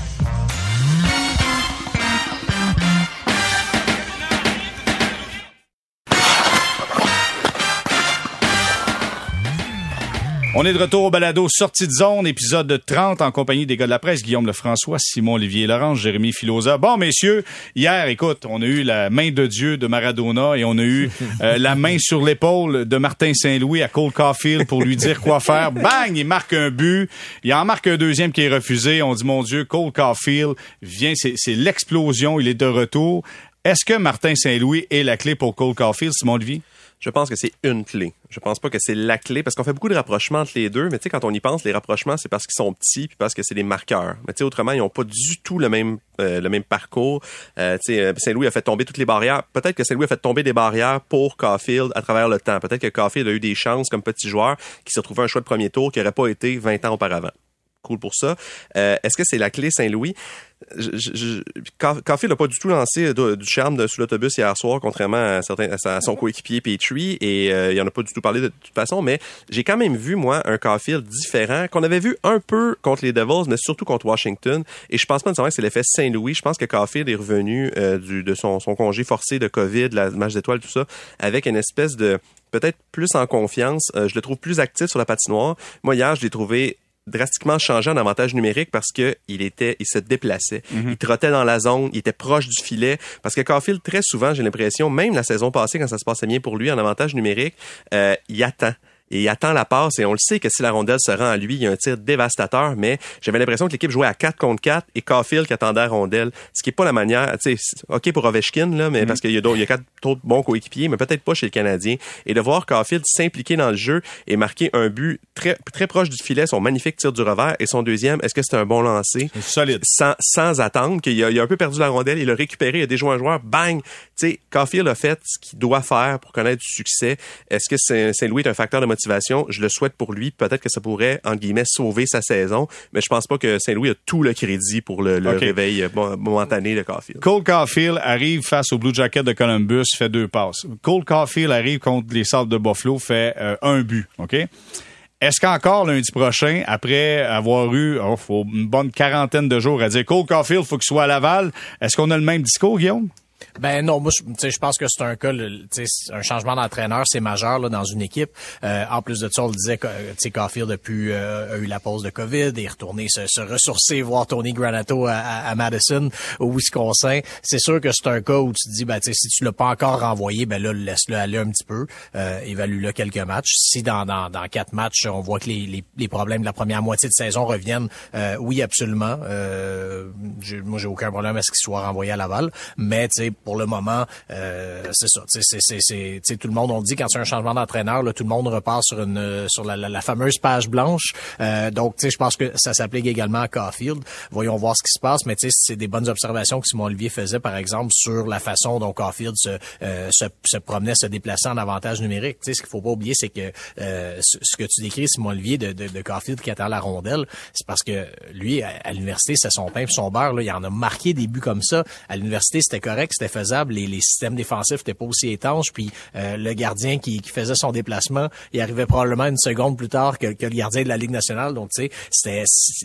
On est de retour au balado Sortie de zone, épisode 30 en compagnie des gars de la presse, Guillaume Lefrançois, Simon-Olivier Laurence, Jérémy Filosa. Bon, messieurs, hier, écoute, on a eu la main de Dieu de Maradona et on a eu la main sur l'épaule de Martin Saint-Louis à Cole Caulfield pour lui dire quoi faire. Bang, il marque un but. Il en marque un deuxième qui est refusé. On dit, mon Dieu, Cole Caulfield vient, c'est l'explosion, il est de retour. Est-ce que Martin Saint-Louis est la clé pour Cole Caulfield, Simon-Olivier? Je pense que c'est une clé. Je pense pas que c'est la clé parce qu'on fait beaucoup de rapprochements entre les deux, mais tu sais, quand on y pense, les rapprochements, c'est parce qu'ils sont petits puis parce que c'est des marqueurs. Mais tu sais, autrement, ils ont pas du tout le même parcours. Tu sais, Saint-Louis a fait tomber toutes les barrières. Peut-être que Saint-Louis a fait tomber des barrières pour Caulfield à travers le temps. Peut-être que Caulfield a eu des chances comme petit joueur qui s'est retrouvé un choix de premier tour qui aurait pas été 20 ans auparavant. Cool pour ça. Est-ce que c'est la clé Saint-Louis? Caulfield n'a pas du tout lancé du charme sous l'autobus hier soir, contrairement à son coéquipier Petrie, et il en a pas du tout parlé de toute façon, mais j'ai quand même vu, moi, un Caulfield différent, qu'on avait vu un peu contre les Devils, mais surtout contre Washington, et je pense pas nécessairement que c'est l'effet Saint-Louis. Je pense que Caulfield est revenu de son congé forcé de COVID, la match d'étoiles, tout ça, avec une espèce de peut-être plus en confiance. Je le trouve plus actif sur la patinoire. Moi, hier, je l'ai trouvé drastiquement changé en avantage numérique parce que il se déplaçait. Il trottait dans la zone, il était proche du filet. Parce que Caulfield, très souvent, j'ai l'impression, même la saison passée, quand ça se passait bien pour lui en avantage numérique, il attend. Et il attend la passe, et on le sait que si la rondelle se rend à lui, il y a un tir dévastateur, mais j'avais l'impression que l'équipe jouait à 4 contre 4 et Caulfield qui attendait la rondelle, ce qui est pas la manière, tu sais, OK pour Ovechkin, là, mais parce qu'il y a 4 autres bons coéquipiers, mais peut-être pas chez le Canadien. Et de voir Caulfield s'impliquer dans le jeu et marquer un but très, très proche du filet, son magnifique tir du revers, et son deuxième, est-ce que c'est un bon lancer? Solide. Sans attendre, qu'il a un peu perdu la rondelle, il l'a récupéré, il a déjoué un joueur, bang! Tu sais, Caulfield a fait ce qu'il doit faire pour connaître du succès. Est-ce que Saint-Louis est un facteur de motivation? Je le souhaite pour lui. Peut-être que ça pourrait, entre guillemets, sauver sa saison, mais je pense pas que Saint-Louis a tout le crédit pour le réveil momentané de Caulfield. Cole Caulfield arrive face au Blue Jackets de Columbus, fait 2 passes. Cole Caulfield arrive contre les Sabres de Buffalo, fait 1 but. OK? Est-ce qu'encore lundi prochain, après avoir eu une bonne quarantaine de jours à dire Cole Caulfield, faut qu'il soit à Laval, est-ce qu'on a le même discours, Guillaume? Ben non, moi je pense que c'est un cas, un changement d'entraîneur, c'est majeur là dans une équipe. En plus de ça, on le disait, Caulfield a eu la pause de COVID, est retourné se ressourcer, voir Tony Granato à Madison, au Wisconsin. C'est sûr que c'est un cas où tu te dis, si tu l'as pas encore renvoyé, ben là laisse-le aller un petit peu, évalue-le quelques matchs. Si dans 4 matchs on voit que les problèmes de la première moitié de saison reviennent, oui absolument. Moi j'ai aucun problème à ce qu'il soit renvoyé à Laval, mais pour le moment, c'est ça. C'est tout le monde, on dit quand c'est un changement d'entraîneur, là, tout le monde repart sur la fameuse page blanche. Donc, je pense que ça s'applique également à Caulfield. Voyons voir ce qui se passe, mais c'est des bonnes observations que Simon Olivier faisait, par exemple, sur la façon dont Caulfield se promenait, se déplaçait en avantage numérique. Ce qu'il faut pas oublier, c'est que ce que tu décris, Simon Olivier, de Caulfield qui attend la rondelle, c'est parce que lui, à l'université, c'est son pain et son beurre. Là, il en a marqué des buts comme ça. À l'université, c'était correct, c'était faisable, les systèmes défensifs n'étaient pas aussi étanches, puis le gardien qui faisait son déplacement, il arrivait probablement une seconde plus tard que le gardien de la Ligue nationale, donc tu sais,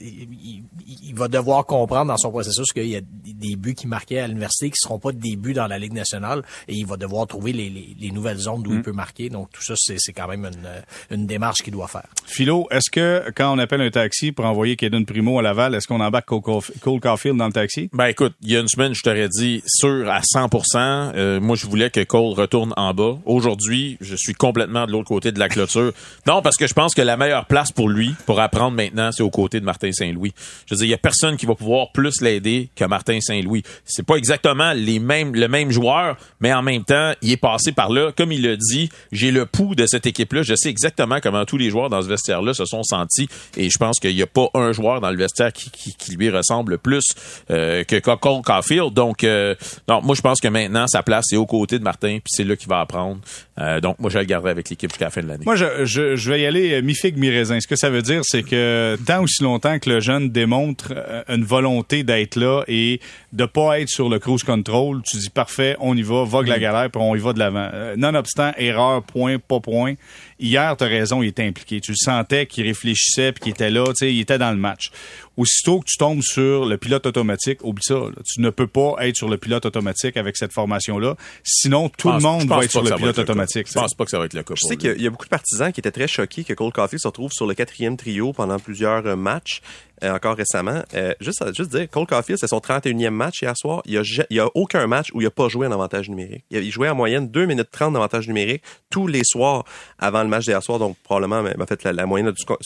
il va devoir comprendre dans son processus qu'il y a des buts qui marquaient à l'université qui seront pas des buts dans la Ligue nationale, et il va devoir trouver les nouvelles zones d'où il peut marquer, donc tout ça, c'est quand même une démarche qu'il doit faire. Philo, est-ce que quand on appelle un taxi pour envoyer Kaden Primo à Laval, est-ce qu'on embarque Cole Caulfield dans le taxi? Ben écoute, il y a une semaine, je t'aurais dit sûr à 100%. Moi, je voulais que Cole retourne en bas. Aujourd'hui, je suis complètement de l'autre côté de la clôture. Non, parce que je pense que la meilleure place pour lui, pour apprendre maintenant, c'est aux côtés de Martin Saint-Louis. Je veux dire, il y a personne qui va pouvoir plus l'aider que Martin Saint-Louis. C'est pas exactement le même joueur, mais en même temps, il est passé par là. Comme il l'a dit, j'ai le pouls de cette équipe-là. Je sais exactement comment tous les joueurs dans ce vestiaire-là se sont sentis, et je pense qu'il n'y a pas un joueur dans le vestiaire qui lui ressemble plus que Cole Caulfield. Donc, non, moi, je pense que maintenant, sa place est aux côtés de Martin, puis c'est là qu'il va apprendre. Donc, moi, je le garderai avec l'équipe jusqu'à la fin de l'année. Moi, je vais y aller mi-figue, mi-raisin. Ce que ça veut dire, c'est que tant aussi longtemps que le jeune démontre une volonté d'être là et de pas être sur le cruise control, tu dis parfait, on y va, vogue la galère, puis on y va de l'avant. Nonobstant, erreur, point, pas point. Hier, t'as raison, il était impliqué. Tu le sentais qu'il réfléchissait puis qu'il était là, tu sais, il était dans le match. Aussitôt que tu tombes sur le pilote automatique, oublie ça. Là. Tu ne peux pas être sur le pilote automatique avec cette formation-là. Sinon, tout le monde va être sur le pilote automatique. Je pense pas que ça va être le cas. Je sais qu'il y a beaucoup de partisans qui étaient très choqués que Cole Caulfield se retrouve sur le 4e trio pendant plusieurs matchs. Encore récemment. Juste dire, Cole Caulfield, c'est son 31e match hier soir. Il y a aucun match où il n'a pas joué en avantage numérique. Il jouait en moyenne 2 minutes 30 d'avantage numérique tous les soirs avant le match d'hier soir. Donc, probablement, en fait, la moyenne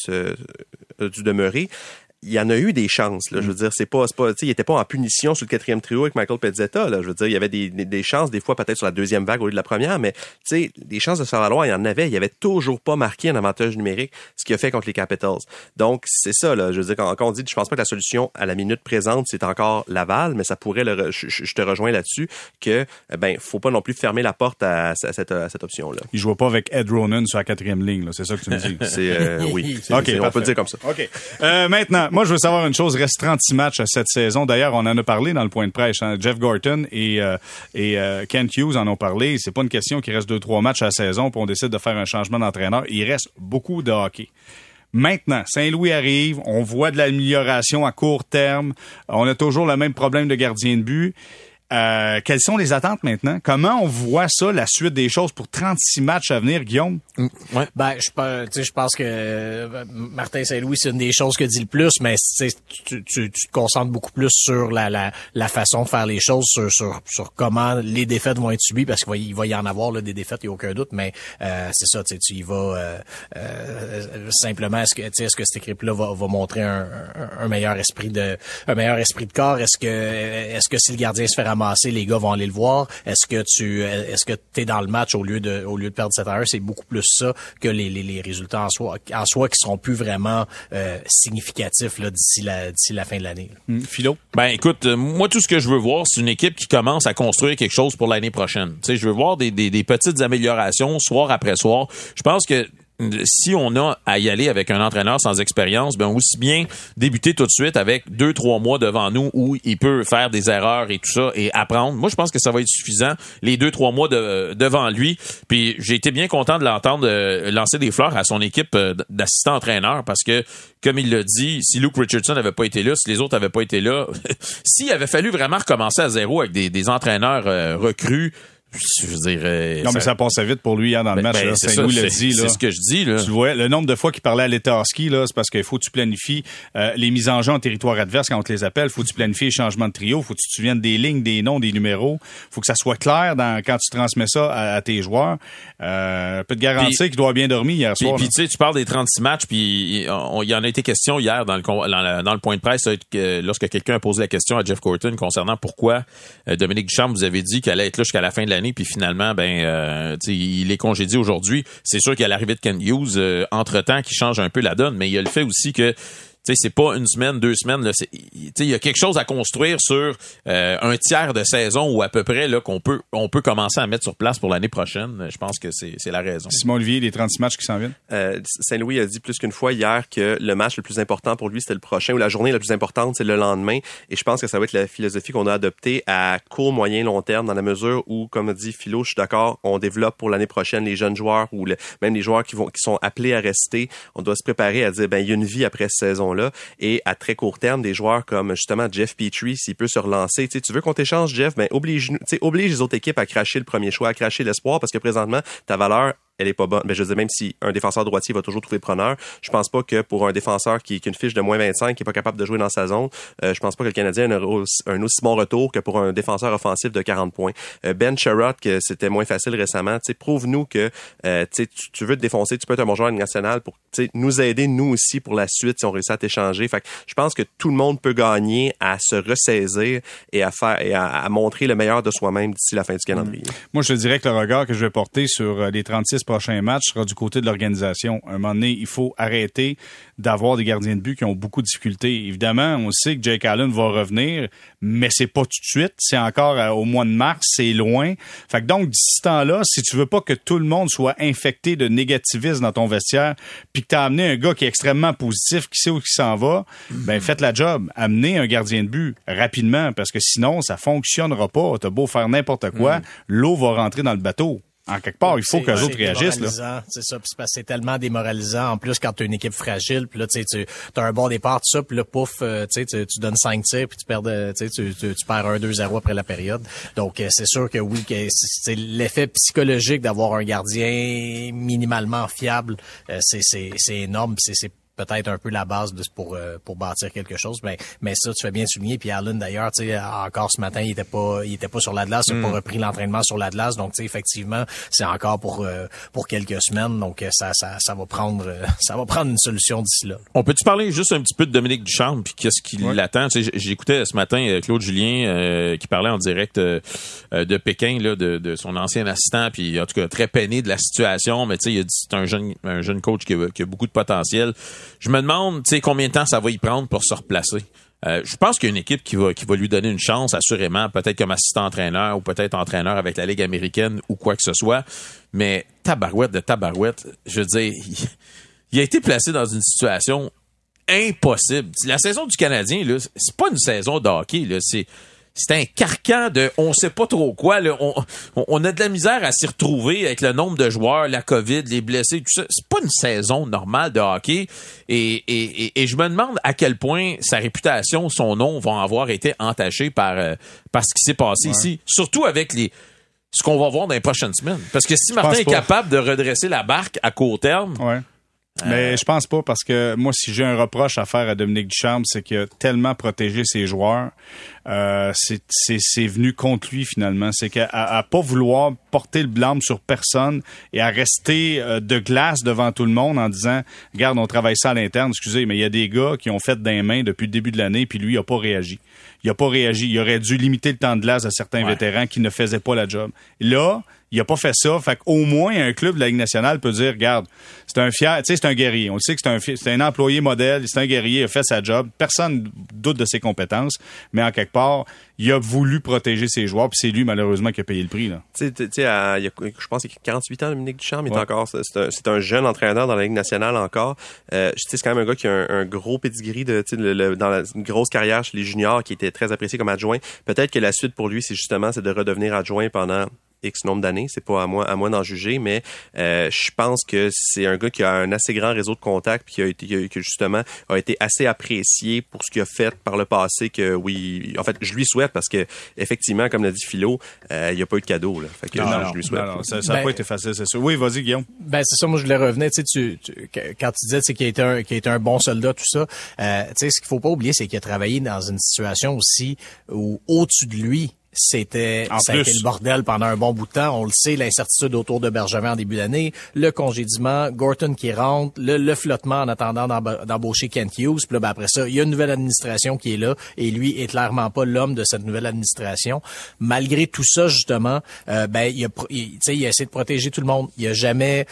a dû demeurer. Il y en a eu des chances, là. Je veux dire, c'est pas, tu sais, il était pas en punition sur le 4e trio avec Michael Pezzetta, là. Je veux dire, il y avait des chances, des fois, peut-être sur la 2e vague au lieu de la première, mais, tu sais, des chances de se faire valoir, il y en avait. Il y avait toujours pas marqué un avantage numérique, ce qu'il a fait contre les Capitals. Donc, c'est ça, là. Je veux dire, quand on dit, je pense pas que la solution à la minute présente, c'est encore Laval, mais ça pourrait je te rejoins là-dessus que, faut pas non plus fermer la porte à cette option-là. Il jouait pas avec Ed Ronan sur la 4e ligne, là. C'est ça que tu me dis. Oui. OK, on peut le dire comme ça. OK. Maintenant, moi, je veux savoir une chose. Il reste 36 matchs à cette saison. D'ailleurs, on en a parlé dans le point de presse. Hein. Jeff Gorton et Kent Hughes en ont parlé. C'est pas une question qu'il reste 2-3 matchs à la saison puis on décide de faire un changement d'entraîneur. Il reste beaucoup de hockey. Maintenant, Saint-Louis arrive. On voit de l'amélioration à court terme. On a toujours le même problème de gardien de but. quelles sont les attentes maintenant? Comment on voit ça, la suite des choses pour 36 matchs à venir, Guillaume? Ouais. Ben, je pense que Martin Saint-Louis, c'est une des choses que dit le plus, mais tu te concentres beaucoup plus sur la façon de faire les choses, sur comment les défaites vont être subies, parce qu'il va y en avoir là, des défaites, il n'y a aucun doute, mais c'est ça, tu y vas simplement, est-ce que cette équipe-là va montrer un meilleur esprit de corps? Est-ce que si le gardien se fait ramasser, les gars vont aller le voir? Est-ce que t'es dans le match au lieu de perdre 7-1? C'est beaucoup plus ça que les résultats en soi qui seront plus vraiment significatifs là d'ici la fin de l'année. Philo? Ben écoute, moi tout ce que je veux voir, c'est une équipe qui commence à construire quelque chose pour l'année prochaine. Tu sais, je veux voir des petites améliorations soir après soir. Je pense que si on a à y aller avec un entraîneur sans expérience, ben aussi bien débuter tout de suite avec 2-3 mois devant nous où il peut faire des erreurs et tout ça et apprendre. Moi, je pense que ça va être suffisant, les 2-3 mois devant lui. Puis j'ai été bien content de l'entendre lancer des fleurs à son équipe d'assistants entraîneurs parce que, comme il l'a dit, si Luke Richardson n'avait pas été là, si les autres n'avaient pas été là, s'il avait fallu vraiment recommencer à zéro avec des entraîneurs recrues, je veux dire, non, mais ça passait vite pour lui hier dans le match. Saint-Louis l'a dit. C'est ce que je dis. Là. Tu vois, le nombre de fois qu'il parlait à Letarski, là, c'est parce qu'il faut que tu planifies les mises en jeu en territoire adverse quand on te les appelle. Faut que tu planifies les changements de trio. Faut que tu te souviennes des lignes, des noms, des numéros. Faut que ça soit clair quand tu transmets ça à tes joueurs. Peut te garantir qu'il doit bien dormir hier soir. Puis tu sais, tu parles des 36 matchs, puis il y en a été question hier dans le point de presse lorsque quelqu'un a posé la question à Jeff Gorton concernant pourquoi Dominique Ducharme vous avez dit qu'elle allait être là jusqu'à la fin de l'année. Puis finalement, il est congédié aujourd'hui. C'est sûr qu'il y a l'arrivée de Ken Hughes entre-temps qui change un peu la donne, mais il y a le fait aussi que c'est pas une semaine, 2 semaines. Là, il y a quelque chose à construire sur un tiers de saison ou à peu près là qu'on peut commencer à mettre sur place pour l'année prochaine. Je pense que c'est la raison. Simon Olivier, les 36 matchs qui s'en viennent. Saint-Louis a dit plus qu'une fois hier que le match le plus important pour lui, c'était le prochain, ou la journée la plus importante, c'est le lendemain. Et je pense que ça va être la philosophie qu'on a adoptée à court, moyen, long terme, dans la mesure où, comme a dit Philo, je suis d'accord, on développe pour l'année prochaine les jeunes joueurs ou même les joueurs qui sont appelés à rester. On doit se préparer à dire, il y a une vie après cette saison-là. Et à très court terme, des joueurs comme justement Jeff Petrie, s'il peut se relancer, tu veux qu'on t'échange, Jeff, oblige les autres équipes à cracher le premier choix, à cracher l'espoir, parce que présentement, ta valeur, elle est pas bonne. Mais je veux dire, même si un défenseur droitier va toujours trouver preneur, je pense pas que pour un défenseur qui a une fiche de moins 25, qui est pas capable de jouer dans sa zone, je pense pas que le Canadien a un aussi bon retour que pour un défenseur offensif de 40 points. Ben Sherratt, que c'était moins facile récemment, prouve-nous que tu veux te défoncer, tu peux être un bon joueur national pour nous aider, nous aussi, pour la suite, si on réussit à t'échanger. Fait que je pense que tout le monde peut gagner à se ressaisir et à montrer le meilleur de soi-même d'ici la fin du calendrier. Moi, je te dirais que le regard que je vais porter sur les 36 prochains matchs sera du côté de l'organisation. À un moment donné, il faut arrêter d'avoir des gardiens de but qui ont beaucoup de difficultés. Évidemment, on sait que Jake Allen va revenir, mais c'est pas tout de suite. C'est encore au mois de mars, c'est loin. Fait que donc, d'ici ce temps-là, si tu veux pas que tout le monde soit infecté de négativisme dans ton vestiaire, puis que t'as amené un gars qui est extrêmement positif, qui sait où il s'en va, faites la job. Amenez un gardien de but rapidement, parce que sinon, ça fonctionnera pas. T'as beau faire n'importe quoi, l'eau va rentrer dans le bateau. En quelque part, il faut que les autres réagissent. Là. C'est ça, puis c'est tellement démoralisant. En plus, quand tu as une équipe fragile, puis là, tu as un bon départ, tout ça, puis là, pouf, tu donnes 5 tirs, puis tu perds 1-2-0 après la période. Donc, c'est sûr que oui, que c'est l'effet psychologique d'avoir un gardien minimalement fiable, c'est énorme, c'est peut-être un peu la base pour bâtir quelque chose, mais ça tu fais bien souligner. Puis Allen d'ailleurs, tu sais, encore ce matin il était pas sur la glace, il n'a pas repris l'entraînement sur la glace, donc tu sais effectivement c'est encore pour quelques semaines, donc ça va prendre une solution d'ici là. On peut-tu parler juste un petit peu de Dominique Ducharme puis qu'est-ce qui l'attend? Tu sais, j'écoutais ce matin Claude Julien qui parlait en direct de Pékin là, de son ancien assistant, puis en tout cas très peiné de la situation, mais tu sais il a dit c'est un jeune coach qui a beaucoup de potentiel. Je me demande, tu sais, combien de temps ça va y prendre pour se replacer. Je pense qu'il y a une équipe qui va lui donner une chance, assurément, peut-être comme assistant-entraîneur ou peut-être entraîneur avec la Ligue américaine ou quoi que ce soit. Mais tabarouette, je veux dire, il a été placé dans une situation impossible. La saison du Canadien, là, c'est pas une saison de hockey, là, c'est un carcan de on sait pas trop quoi. Là. On a de la misère à s'y retrouver avec le nombre de joueurs, la COVID, les blessés, tout ça. C'est pas une saison normale de hockey. Et je me demande à quel point sa réputation, son nom vont avoir été entachés par ce qui s'est passé ici. Surtout avec ce qu'on va voir dans les prochaines semaines. Parce que si Martin est capable de redresser la barque à court terme... Ouais. Mais je pense pas, parce que moi, si j'ai un reproche à faire à Dominique Ducharme, c'est qu'il a tellement protégé ses joueurs. C'est venu contre lui, finalement. C'est qu'à pas vouloir porter le blâme sur personne et à rester de glace devant tout le monde en disant « Regarde, on travaille ça à l'interne. Excusez, mais il y a des gars qui ont fait des mains depuis le début de l'année, puis lui, il a pas réagi. Il a pas réagi. Il aurait dû limiter le temps de glace à certains vétérans qui ne faisaient pas la job. Là, il a pas fait ça. Fait qu'au moins, un club de la Ligue nationale peut dire, regarde, c'est un fier, tu sais, c'est un guerrier. On le sait que c'est un employé modèle, c'est un guerrier, il a fait sa job. Personne doute de ses compétences, mais en quelque part, il a voulu protéger ses joueurs, puis c'est lui, malheureusement, qui a payé le prix, là. Tu sais, je pense qu'il a 48 ans, Dominique Ducharme, il est encore, c'est un jeune entraîneur dans la Ligue nationale encore. C'est quand même un gars qui a un gros pedigree dans une grosse carrière chez les juniors, qui était très apprécié comme adjoint. Peut-être que la suite pour lui, c'est de redevenir adjoint pendant X nombre d'années, c'est pas à moi d'en juger, mais je pense que c'est un gars qui a un assez grand réseau de contacts, puis qui justement a été assez apprécié pour ce qu'il a fait par le passé, que oui, en fait, je lui souhaite, parce que effectivement, comme l'a dit Philo, il n'y a pas eu de cadeau, là. Fait que je lui souhaite. Non, ça n'a pas été facile, c'est sûr. Oui, vas-y, Guillaume. Ben, c'est ça, moi, je voulais revenir, tu sais, quand tu disais, qu'il a été un bon soldat, tout ça, tu sais, ce qu'il faut pas oublier, c'est qu'il a travaillé dans une situation aussi où, au-dessus de lui, ça a été le bordel pendant un bon bout de temps. On le sait, l'incertitude autour de Bergevin en début d'année, le congédiement, Gorton qui rentre, le flottement en attendant d'embaucher Kent Hughes. Puis là, après ça, il y a une nouvelle administration qui est là et lui est clairement pas l'homme de cette nouvelle administration. Malgré tout ça, justement, il a essayé de protéger tout le monde. Il a jamais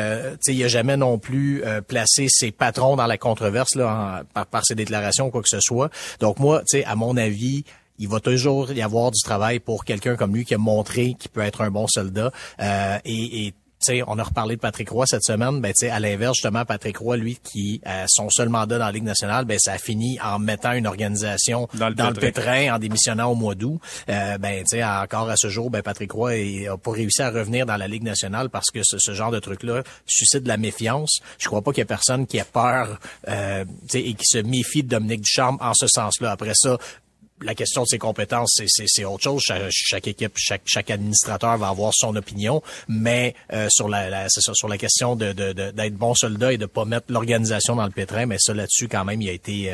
non plus placé ses patrons dans la controverse là par ses déclarations ou quoi que ce soit. Donc moi, tu sais, à mon avis, il va toujours y avoir du travail pour quelqu'un comme lui qui a montré qu'il peut être un bon soldat. Et tu sais, on a reparlé de Patrick Roy cette semaine. Ben, tu sais, à l'inverse, justement, Patrick Roy, lui, qui son seul mandat dans la Ligue nationale, ben, ça a fini en mettant une organisation dans le pétrin, en démissionnant au mois d'août. Ben, tu sais, encore à ce jour, ben, Patrick Roy a pas réussi à revenir dans la Ligue nationale parce que ce genre de truc-là suscite de la méfiance. Je crois pas qu'il y ait personne qui a peur, tu sais, et qui se méfie de Dominique Ducharme en ce sens-là. Après ça, la question de ses compétences, c'est autre chose. Chaque équipe, chaque administrateur va avoir son opinion, mais sur la question d'être bon soldat et de pas mettre l'organisation dans le pétrin, mais ça là-dessus quand même, il a été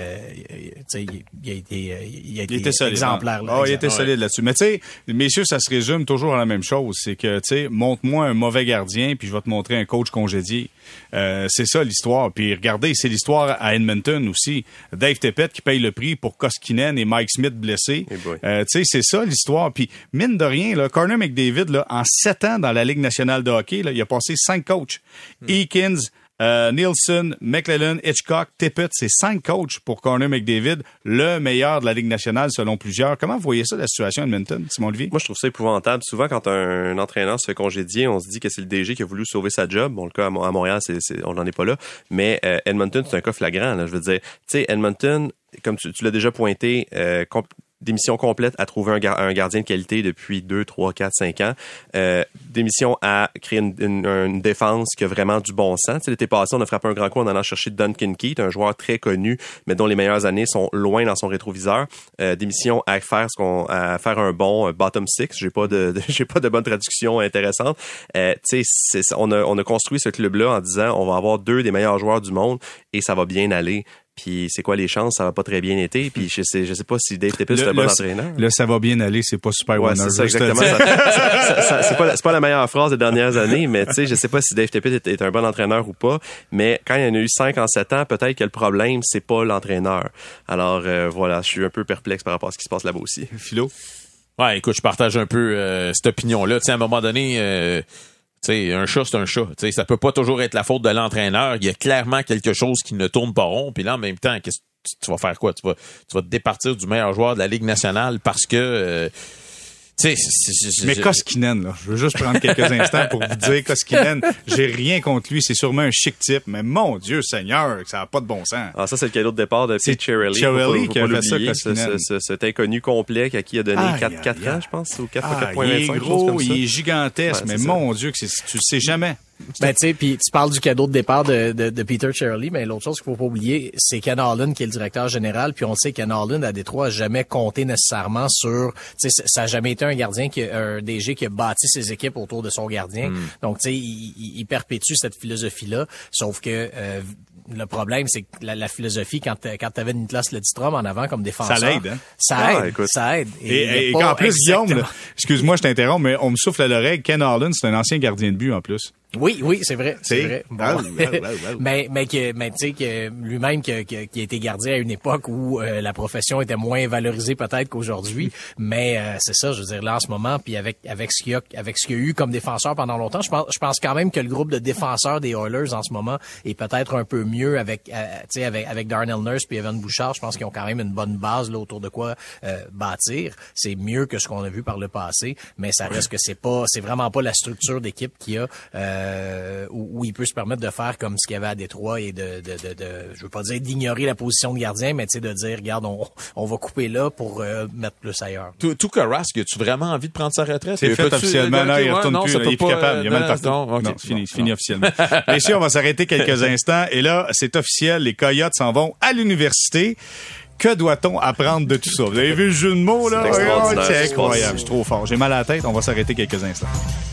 solide, exemplaire. Là, il était solide là-dessus. Mais tu sais, messieurs, ça se résume toujours à la même chose. C'est que, tu sais, montre-moi un mauvais gardien, puis je vais te montrer un coach congédié. C'est ça l'histoire. Puis regardez, c'est l'histoire à Edmonton aussi. Dave Tippett qui paye le prix pour Koskinen et Mike Smith blessés. Tu sais, c'est ça l'histoire. Puis mine de rien, là, Connor McDavid, là, en 7 ans dans la Ligue nationale de hockey, là, il a passé 5 coachs. Eakins, Nielsen, McLellan, Hitchcock, Tippett, c'est 5 coachs pour Connor McDavid, le meilleur de la Ligue nationale selon plusieurs. Comment vous voyez ça, la situation à Edmonton, Simon Olivier? Moi, je trouve ça épouvantable. Souvent, quand un entraîneur se fait congédier, on se dit que c'est le DG qui a voulu sauver sa job. Bon, le cas à Montréal, on n'en est pas là. Mais Edmonton, c'est un cas flagrant. Là. Je veux dire, tu sais, Edmonton, comme tu l'as déjà pointé, démission complète à trouver un gardien de qualité depuis 2, 3, 4, 5 ans. Démission à créer une défense qui a vraiment du bon sens. T'sais, l'été passé, on a frappé un grand coup en allant chercher Duncan Keith, un joueur très connu, mais dont les meilleures années sont loin dans son rétroviseur. Démission à faire un bon bottom six. J'ai pas de bonne traduction intéressante. On a construit ce club-là en disant on va avoir 2 des meilleurs joueurs du monde et ça va bien aller. Puis c'est quoi les chances? Ça va pas très bien été. Puis je sais pas si Dave Tippett c'est un bon entraîneur. Là, ça va bien aller, c'est pas super ouais, c'est ça, exactement. C'est pas la meilleure phrase des dernières années, mais tu sais, je sais pas si Dave Tippett est un bon entraîneur ou pas. Mais quand il y en a eu 5 en 7 ans, peut-être que le problème, c'est pas l'entraîneur. Alors voilà, je suis un peu perplexe par rapport à ce qui se passe là-bas aussi. Philo? Ouais, écoute, je partage un peu cette opinion-là. Tu sais, à un moment donné... T'sais, un chat, c'est un chat. T'sais, ça peut pas toujours être la faute de l'entraîneur. Il y a clairement quelque chose qui ne tourne pas rond. Puis là, en même temps, tu vas faire quoi? Tu vas te départir du meilleur joueur de la Ligue nationale parce que Mais Koskinen, là, je veux juste prendre quelques instants pour vous dire, Koskinen, j'ai rien contre lui, c'est sûrement un chic type, mais mon Dieu Seigneur, ça n'a pas de bon sens. Ah, ça, c'est le cadeau de départ de Pete Chiarelli. Chiarelli qui a fait ça, Koskinen. Cet inconnu complet à qui il a donné 4 ans, je pense, ou 4,25. Il est gros, il est gigantesque, mais mon Dieu, que tu le sais jamais. Ben, tu sais, puis tu parles du cadeau de départ de Peter Chiarelli, mais l'autre chose qu'il faut pas oublier, c'est Ken Holland qui est le directeur général, puis on sait que Ken Holland à Détroit a jamais compté nécessairement sur, tu sais, ça a jamais été un DG qui a bâti ses équipes autour de son gardien. Donc, tu sais, il perpétue cette philosophie-là, sauf que le problème, c'est que la philosophie, quand t'avais Niklas Lidstrom en avant comme défenseur... Ça l'aide, hein? Ça aide. Et en plus, Guillaume, excuse-moi, je t'interromps, mais on me souffle à l'oreille, Ken Holland, c'est un ancien gardien de but, en plus. Oui, c'est vrai. Bon. mais tu sais que lui-même qui a été gardien à une époque où la profession était moins valorisée peut-être qu'aujourd'hui, mais c'est ça, je veux dire là en ce moment, puis avec ce qu'il y a eu comme défenseur pendant longtemps, je pense quand même que le groupe de défenseurs des Oilers en ce moment est peut-être un peu mieux avec Darnell Nurse puis Evan Bouchard. Je pense qu'ils ont quand même une bonne base là autour de quoi bâtir. C'est mieux que ce qu'on a vu par le passé, mais ça reste que c'est vraiment pas la structure d'équipe qu'il y a. Où il peut se permettre de faire comme ce qu'il y avait à Détroit et je veux pas dire d'ignorer la position de gardien, mais tu sais de dire regarde on va couper là pour mettre plus ailleurs. Tout Rask, as-tu vraiment envie de prendre sa retraite? C'est fait officiellement, là, il retourne plus, il est plus capable, il a mal partout. Non, c'est fini officiellement. Messieurs, on va s'arrêter quelques instants et là, c'est officiel, les Coyotes s'en vont à l'université. Que doit-on apprendre de tout ça? Vous avez vu le jeu de mots, là? C'est incroyable, je suis trop fort. J'ai mal à la tête, on va s'arrêter quelques instants.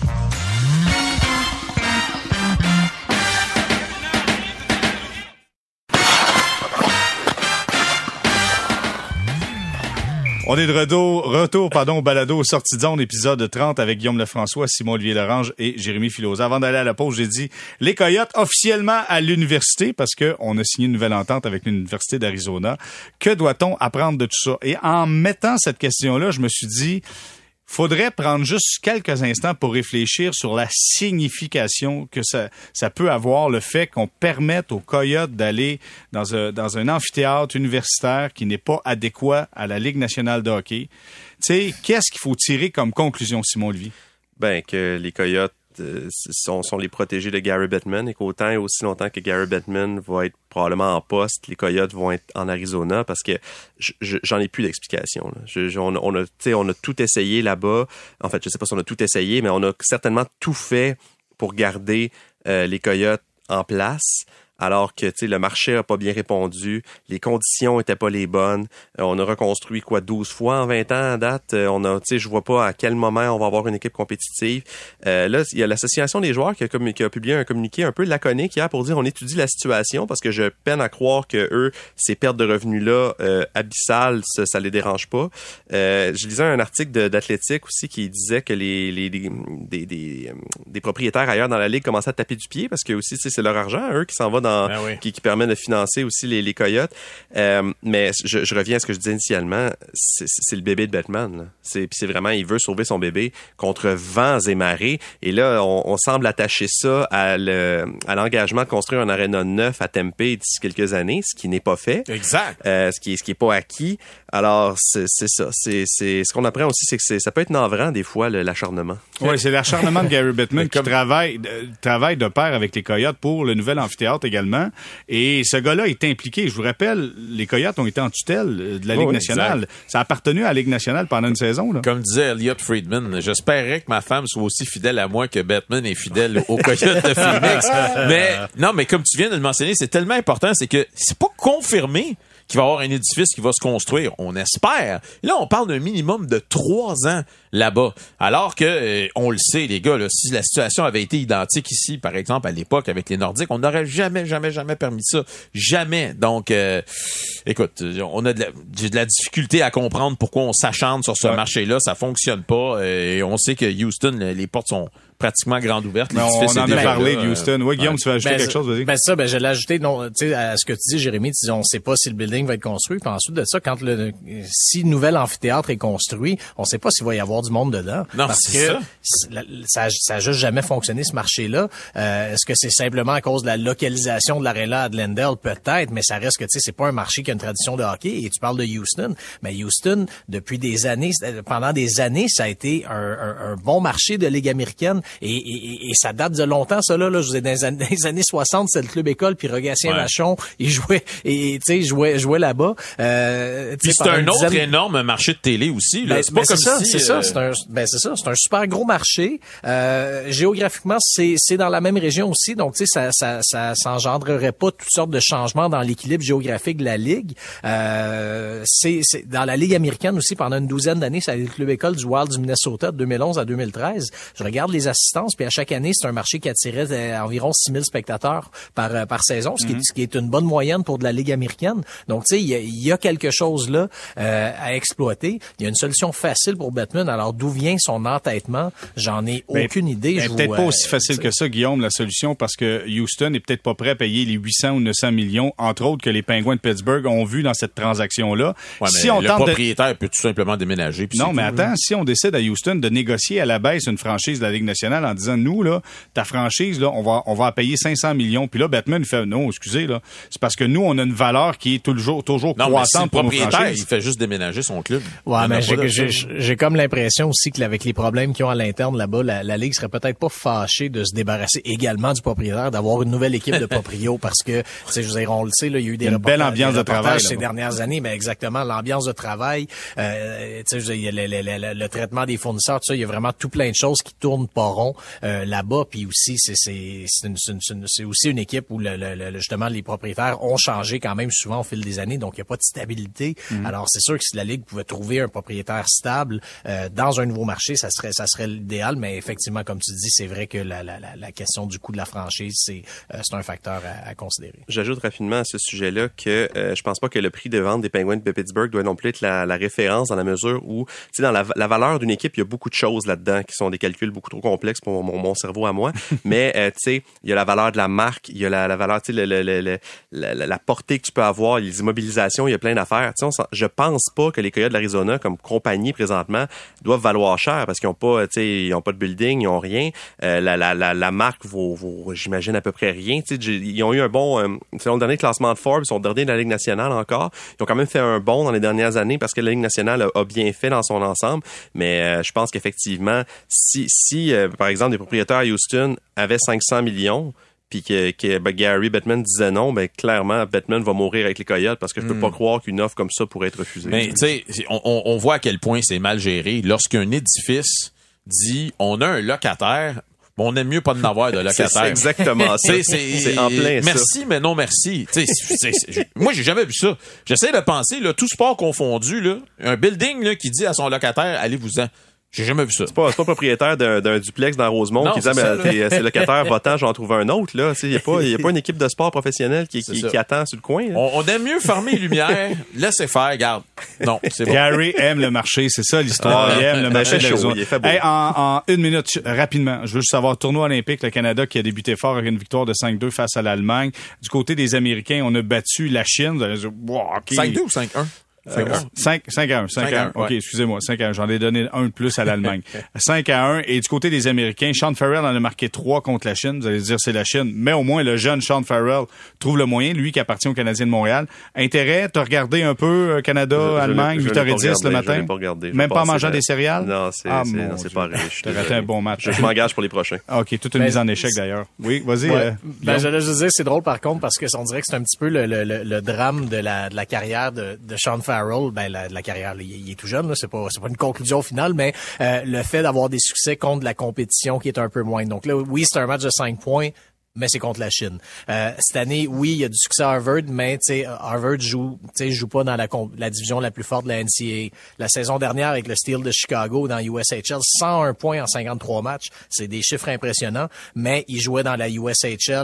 On est de retour au balado sortie de zone, épisode 30 avec Guillaume Lefrançois, Simon-Olivier Lorange et Jérémy Filosa. Avant d'aller à la pause, j'ai dit les Coyotes officiellement à l'université parce que on a signé une nouvelle entente avec l'Université d'Arizona. Que doit-on apprendre de tout ça? Et en mettant cette question-là, je me suis dit, faudrait prendre juste quelques instants pour réfléchir sur la signification que ça peut avoir, le fait qu'on permette aux Coyotes d'aller dans un amphithéâtre universitaire qui n'est pas adéquat à la Ligue nationale de hockey. Tu sais, qu'est-ce qu'il faut tirer comme conclusion, Simon-Olivier? Ben, que les Coyotes sont les protégés de Gary Bettman et qu'autant et aussi longtemps que Gary Bettman va être probablement en poste, les Coyotes vont être en Arizona parce que j'en ai plus d'explication. On a tout essayé là-bas. En fait, je sais pas si on a tout essayé, mais on a certainement tout fait pour garder les Coyotes en place. Alors que le marché a pas bien répondu, les conditions étaient pas les bonnes. On a reconstruit 12 fois en 20 ans à date. Je vois pas à quel moment on va avoir une équipe compétitive. Là, il y a l'association des joueurs qui a publié un communiqué un peu laconique hier pour dire on étudie la situation parce que je peine à croire que eux, ces pertes de revenus-là abyssales, ça les dérange pas. Je lisais un article d'Athlétique aussi qui disait que des propriétaires ailleurs dans la ligue commençaient à taper du pied parce que aussi c'est leur argent, eux, qui s'en va qui permet de financer aussi les Coyotes. Mais je reviens à ce que je disais initialement, c'est le bébé de Bettman. Là. C'est vraiment, il veut sauver son bébé contre vents et marées. Et là, on semble attacher ça à l'engagement de construire un aréna neuf à Tempe d'ici quelques années, ce qui n'est pas fait. Exact. Ce qui est pas acquis. Alors, c'est ça. C'est ce qu'on apprend aussi, c'est que ça peut être navrant des fois, l'acharnement. Oui, c'est l'acharnement de Gary Bettman qui travaille de pair avec les Coyotes pour le nouvel amphithéâtre également. Et ce gars-là est impliqué. Je vous rappelle, les Coyotes ont été en tutelle de la Ligue nationale. Exact. Ça a appartenu à la Ligue nationale pendant une saison. Là. Comme disait Elliot Friedman, j'espérais que ma femme soit aussi fidèle à moi que Bettman est fidèle aux Coyotes de Phoenix. Mais comme tu viens de le mentionner, c'est tellement important, c'est que c'est pas confirmé qu'il va y avoir un édifice qui va se construire. On espère. Là, on parle d'un minimum de 3 ans là-bas. Alors que, on le sait, les gars, là, si la situation avait été identique ici, par exemple, à l'époque, avec les Nordiques, on n'aurait jamais permis ça. Jamais. Donc, écoute, j'ai de la difficulté à comprendre pourquoi on s'acharne sur ce marché-là. Ça fonctionne pas. Et on sait que Houston, les portes sont pratiquement grande ouverte. On en a parlé de Houston. Oui, Guillaume, tu veux ajouter quelque chose, vas-y. Je l'ai ajouté, à ce que tu dis, Jérémy, on ne sait pas si le building building va être construit. Puis ensuite de ça, si le nouvel amphithéâtre est construit, on sait pas s'il va y avoir du monde dedans. Non, parce c'est que ça a juste jamais fonctionné, ce marché-là. Est-ce que c'est simplement à cause de la localisation de l'aréna à Glendale? Peut-être, mais ça reste que, tu sais, c'est pas un marché qui a une tradition de hockey. Et tu parles de Houston. Mais Houston, depuis pendant des années, ça a été un bon marché de Ligue américaine. Et ça date de longtemps, ça, là. Je vous ai dans les années 60, c'est le club école, puis Rogatien-Vachon, il jouait là-bas. Puis c'est un autre énorme marché de télé aussi, là. C'est pas comme si... C'est ça. C'est un super gros marché. Géographiquement, c'est dans la même région aussi. Donc, tu sais, ça engendrerait pas toutes sortes de changements dans l'équilibre géographique de la Ligue. C'est dans la Ligue américaine aussi, pendant une douzaine d'années, ça a été le club école du Wild du Minnesota de 2011 à 2013. Je regarde les assistances, puis à chaque année, c'est un marché qui attirait environ 6000 spectateurs par saison, ce qui est une bonne moyenne pour de la Ligue américaine. Donc, tu sais, il y a quelque chose là à exploiter. Il y a une solution facile pour Bettman. Alors, d'où vient son entêtement? J'en ai aucune idée. Peut-être pas aussi facile que ça, Guillaume, la solution, parce que Houston est peut-être pas prêt à payer les 800 ou 900 millions, entre autres, que les Penguins de Pittsburgh ont vu dans cette transaction-là. Ouais, si le propriétaire peut tout simplement déménager. Non, mais attends, si on décide à Houston de négocier à la baisse une franchise de la Ligue nationale en disant, nous, là, ta franchise, là, on va payer 500 millions. Puis là, Bettman fait, non, excusez, là, c'est parce que nous, on a une valeur qui est toujours croissante pour nos franchises. Le propriétaire, il fait juste déménager son club. Ouais, mais j'ai comme l'impression aussi que avec les problèmes qu'ils ont à l'interne là-bas, la Ligue serait peut-être pas fâchée de se débarrasser également du propriétaire, d'avoir une nouvelle équipe de proprio, parce que, tu sais, je veux dire, on le sait, là, il y a eu des belle ambiance de travail ces dernières années, mais exactement, l'ambiance de travail, tu sais, il y a le traitement des fournisseurs, tout ça, il y a vraiment tout plein de choses qui tournent pas rond là-bas, puis aussi c'est aussi une équipe où justement les propriétaires ont changé quand même souvent au fil des années, donc il y a pas de stabilité. Alors c'est sûr que si la Ligue pouvait trouver un propriétaire stable dans un nouveau marché, ça serait l'idéal, mais effectivement, comme tu dis, c'est vrai que la question du coût de la franchise, c'est un facteur à considérer. J'ajoute rapidement à ce sujet-là que je pense pas que le prix de vente des Penguins de Pittsburgh doit non plus être la référence, dans la mesure où, tu sais, dans la valeur d'une équipe, il y a beaucoup de choses là-dedans qui sont des calculs beaucoup trop complexes pour mon cerveau à moi. Mais tu sais, il y a la valeur de la marque, il y a la valeur, tu sais, la portée que tu peux avoir, les immobilisations, il y a plein d'affaires. Tu sais, je pense pas que les Coyotes de l'Arizona, comme compagnie présentement, doivent valoir cher parce qu'ils ont pas, tu sais, ils ont pas de building, ils ont rien. La marque vaut, j'imagine, à peu près rien. Tu sais, ils ont eu un bon, selon le dernier classement de Forbes, ils sont derniers de la Ligue nationale encore. Ils ont quand même fait un bond dans les dernières années parce que la Ligue nationale a bien fait dans son ensemble. Mais je pense qu'effectivement, si par exemple, des propriétaires à Houston avaient 500 millions, puis que Gary Bettman disait non, ben clairement, Bettman va mourir avec les Coyotes parce que je peux pas croire qu'une offre comme ça pourrait être refusée. Mais tu sais, on voit à quel point c'est mal géré. Lorsqu'un édifice dit on a un locataire, on aime mieux pas d'en avoir de locataire. C'est exactement ça. C'est en plein ça. Merci, mais non merci. Moi, j'ai jamais vu ça. J'essaie de penser, là, tout sport confondu, là, un building là, qui dit à son locataire, allez-vous-en. J'ai jamais vu ça. C'est pas propriétaire d'un duplex dans Rosemont qui dit c'est locataire votant, j'en trouve un autre là. Il y a pas une équipe de sport professionnelle qui attend sur le coin. Là. On aime mieux fermer les lumières, laisser faire, garde. Non, c'est bon. Gary aime le marché, c'est ça l'histoire. Il aime le marché de l'Arizona. Hey, en une minute rapidement, je veux juste savoir, tournoi olympique, le Canada qui a débuté fort avec une victoire de 5-2 face à l'Allemagne. Du côté des Américains, on a battu la Chine. Vous allez dire, wow, okay. 5-2 ou 5-1? 5-1. OK, ouais. excusez-moi. 5-1. J'en ai donné un de plus à l'Allemagne. 5-1. Et du côté des Américains, Sean Farrell en a marqué 3 contre la Chine. Vous allez dire, c'est la Chine. Mais au moins, le jeune Sean Farrell trouve le moyen, lui qui appartient au Canadien de Montréal. Intérêt, t'as regardé un peu Canada, Allemagne, 8h10 le matin? Je l'ai pas regardé. Même pas en mangeant des céréales? Non, c'est pas arrivé. T'as raté un bon match. Je m'engage pour les prochains. OK, toute une mise en échec d'ailleurs. Oui, vas-y. Ouais. J'allais juste dire, c'est drôle par contre, parce que on dirait que c'est un petit peu le drame de la carrière de Sean Farrell. La carrière, il est tout jeune, là, c'est pas une conclusion finale, mais le fait d'avoir des succès contre la compétition qui est un peu moindre. Donc là, oui, c'est un match de 5 points, mais c'est contre la Chine. Cette année, oui, il y a du succès à Harvard, mais Harvard joue pas dans la division la plus forte de la NCAA. La saison dernière, avec le Steel de Chicago dans USHL, 101 points en 53 matchs, c'est des chiffres impressionnants, mais il jouait dans la USHL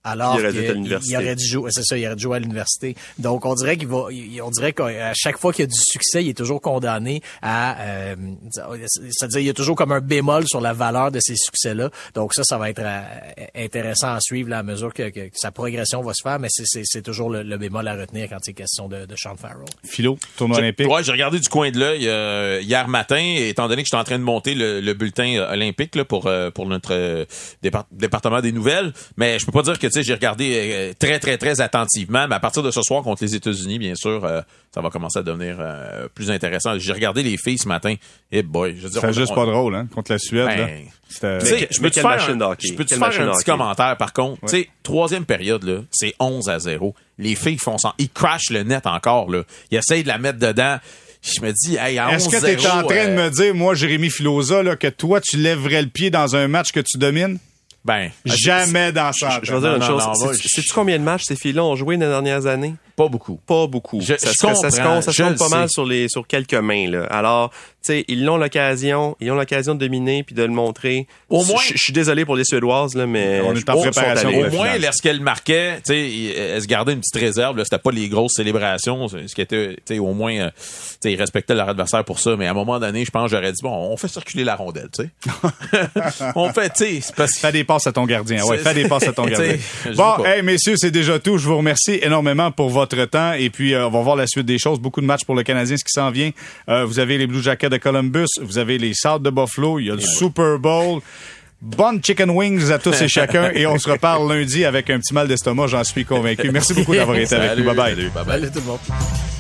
Alors qu'il aurait dû jouer, c'est ça, il aurait dû jouer à l'université. Donc, on dirait on dirait qu'à chaque fois qu'il y a du succès, il est toujours condamné à, c'est-à-dire, il y a toujours comme un bémol sur la valeur de ces succès-là. Donc, ça va être intéressant à suivre là, à mesure que sa progression va se faire, mais c'est toujours le bémol à retenir quand c'est question de Sean Farrell. Philo, tournoi olympique. Ouais, j'ai regardé du coin de l'œil hier matin, étant donné que j'étais en train de monter le bulletin olympique là, pour notre département des nouvelles, mais je peux pas dire que j'ai regardé très, très, très attentivement, mais à partir de ce soir contre les États-Unis, bien sûr, ça va commencer à devenir plus intéressant. J'ai regardé les filles ce matin. Et boy, je veux dire, c'est juste pas drôle, hein, contre la Suède. Là. Je peux te faire un petit commentaire, par contre. Tu sais, troisième période, là, c'est 11-0. Les filles font ça. Ils crashent le net encore, là. Ils essayent de la mettre dedans. Je me dis, hey, à 11-0... Est-ce que t'es en train de me dire, moi, Jérémy Filosa, là, que toi, tu lèverais le pied dans un match que tu domines? Ben, jamais dans ça. Je vais dire une chose. Sais-tu combien de matchs ces filles-là ont joué dans les dernières années? Pas beaucoup. Pas beaucoup. Ça se compte pas mal sur quelques mains, là. Alors, tu sais, ils ont l'occasion de dominer puis de le montrer. Au moins, je suis désolé pour les Suédoises, là, mais on est en préparation. Au moins, lorsqu'elles marquaient, tu sais, elles se gardaient une petite réserve, là. C'était pas les grosses célébrations, ce qui était, tu sais, au moins, tu sais, ils respectaient leur adversaire pour ça. Mais à un moment donné, je pense, j'aurais dit, bon, on fait circuler la rondelle, tu sais. On fait, tu sais, fais des passes à ton gardien. Ouais, fais des passes à ton gardien. Bon, hey, messieurs, c'est déjà tout. Je vous remercie énormément pour votre temps et puis on va voir la suite des choses. Beaucoup de matchs pour le Canadien, ce qui s'en vient. Vous avez les Blue Jackets de Columbus, vous avez les Sables de Buffalo, il y a le Super Bowl. Bonne chicken wings à tous et chacun et on se reparle lundi avec un petit mal d'estomac, j'en suis convaincu. Merci beaucoup d'avoir été avec nous. Bye bye. Salut tout le monde.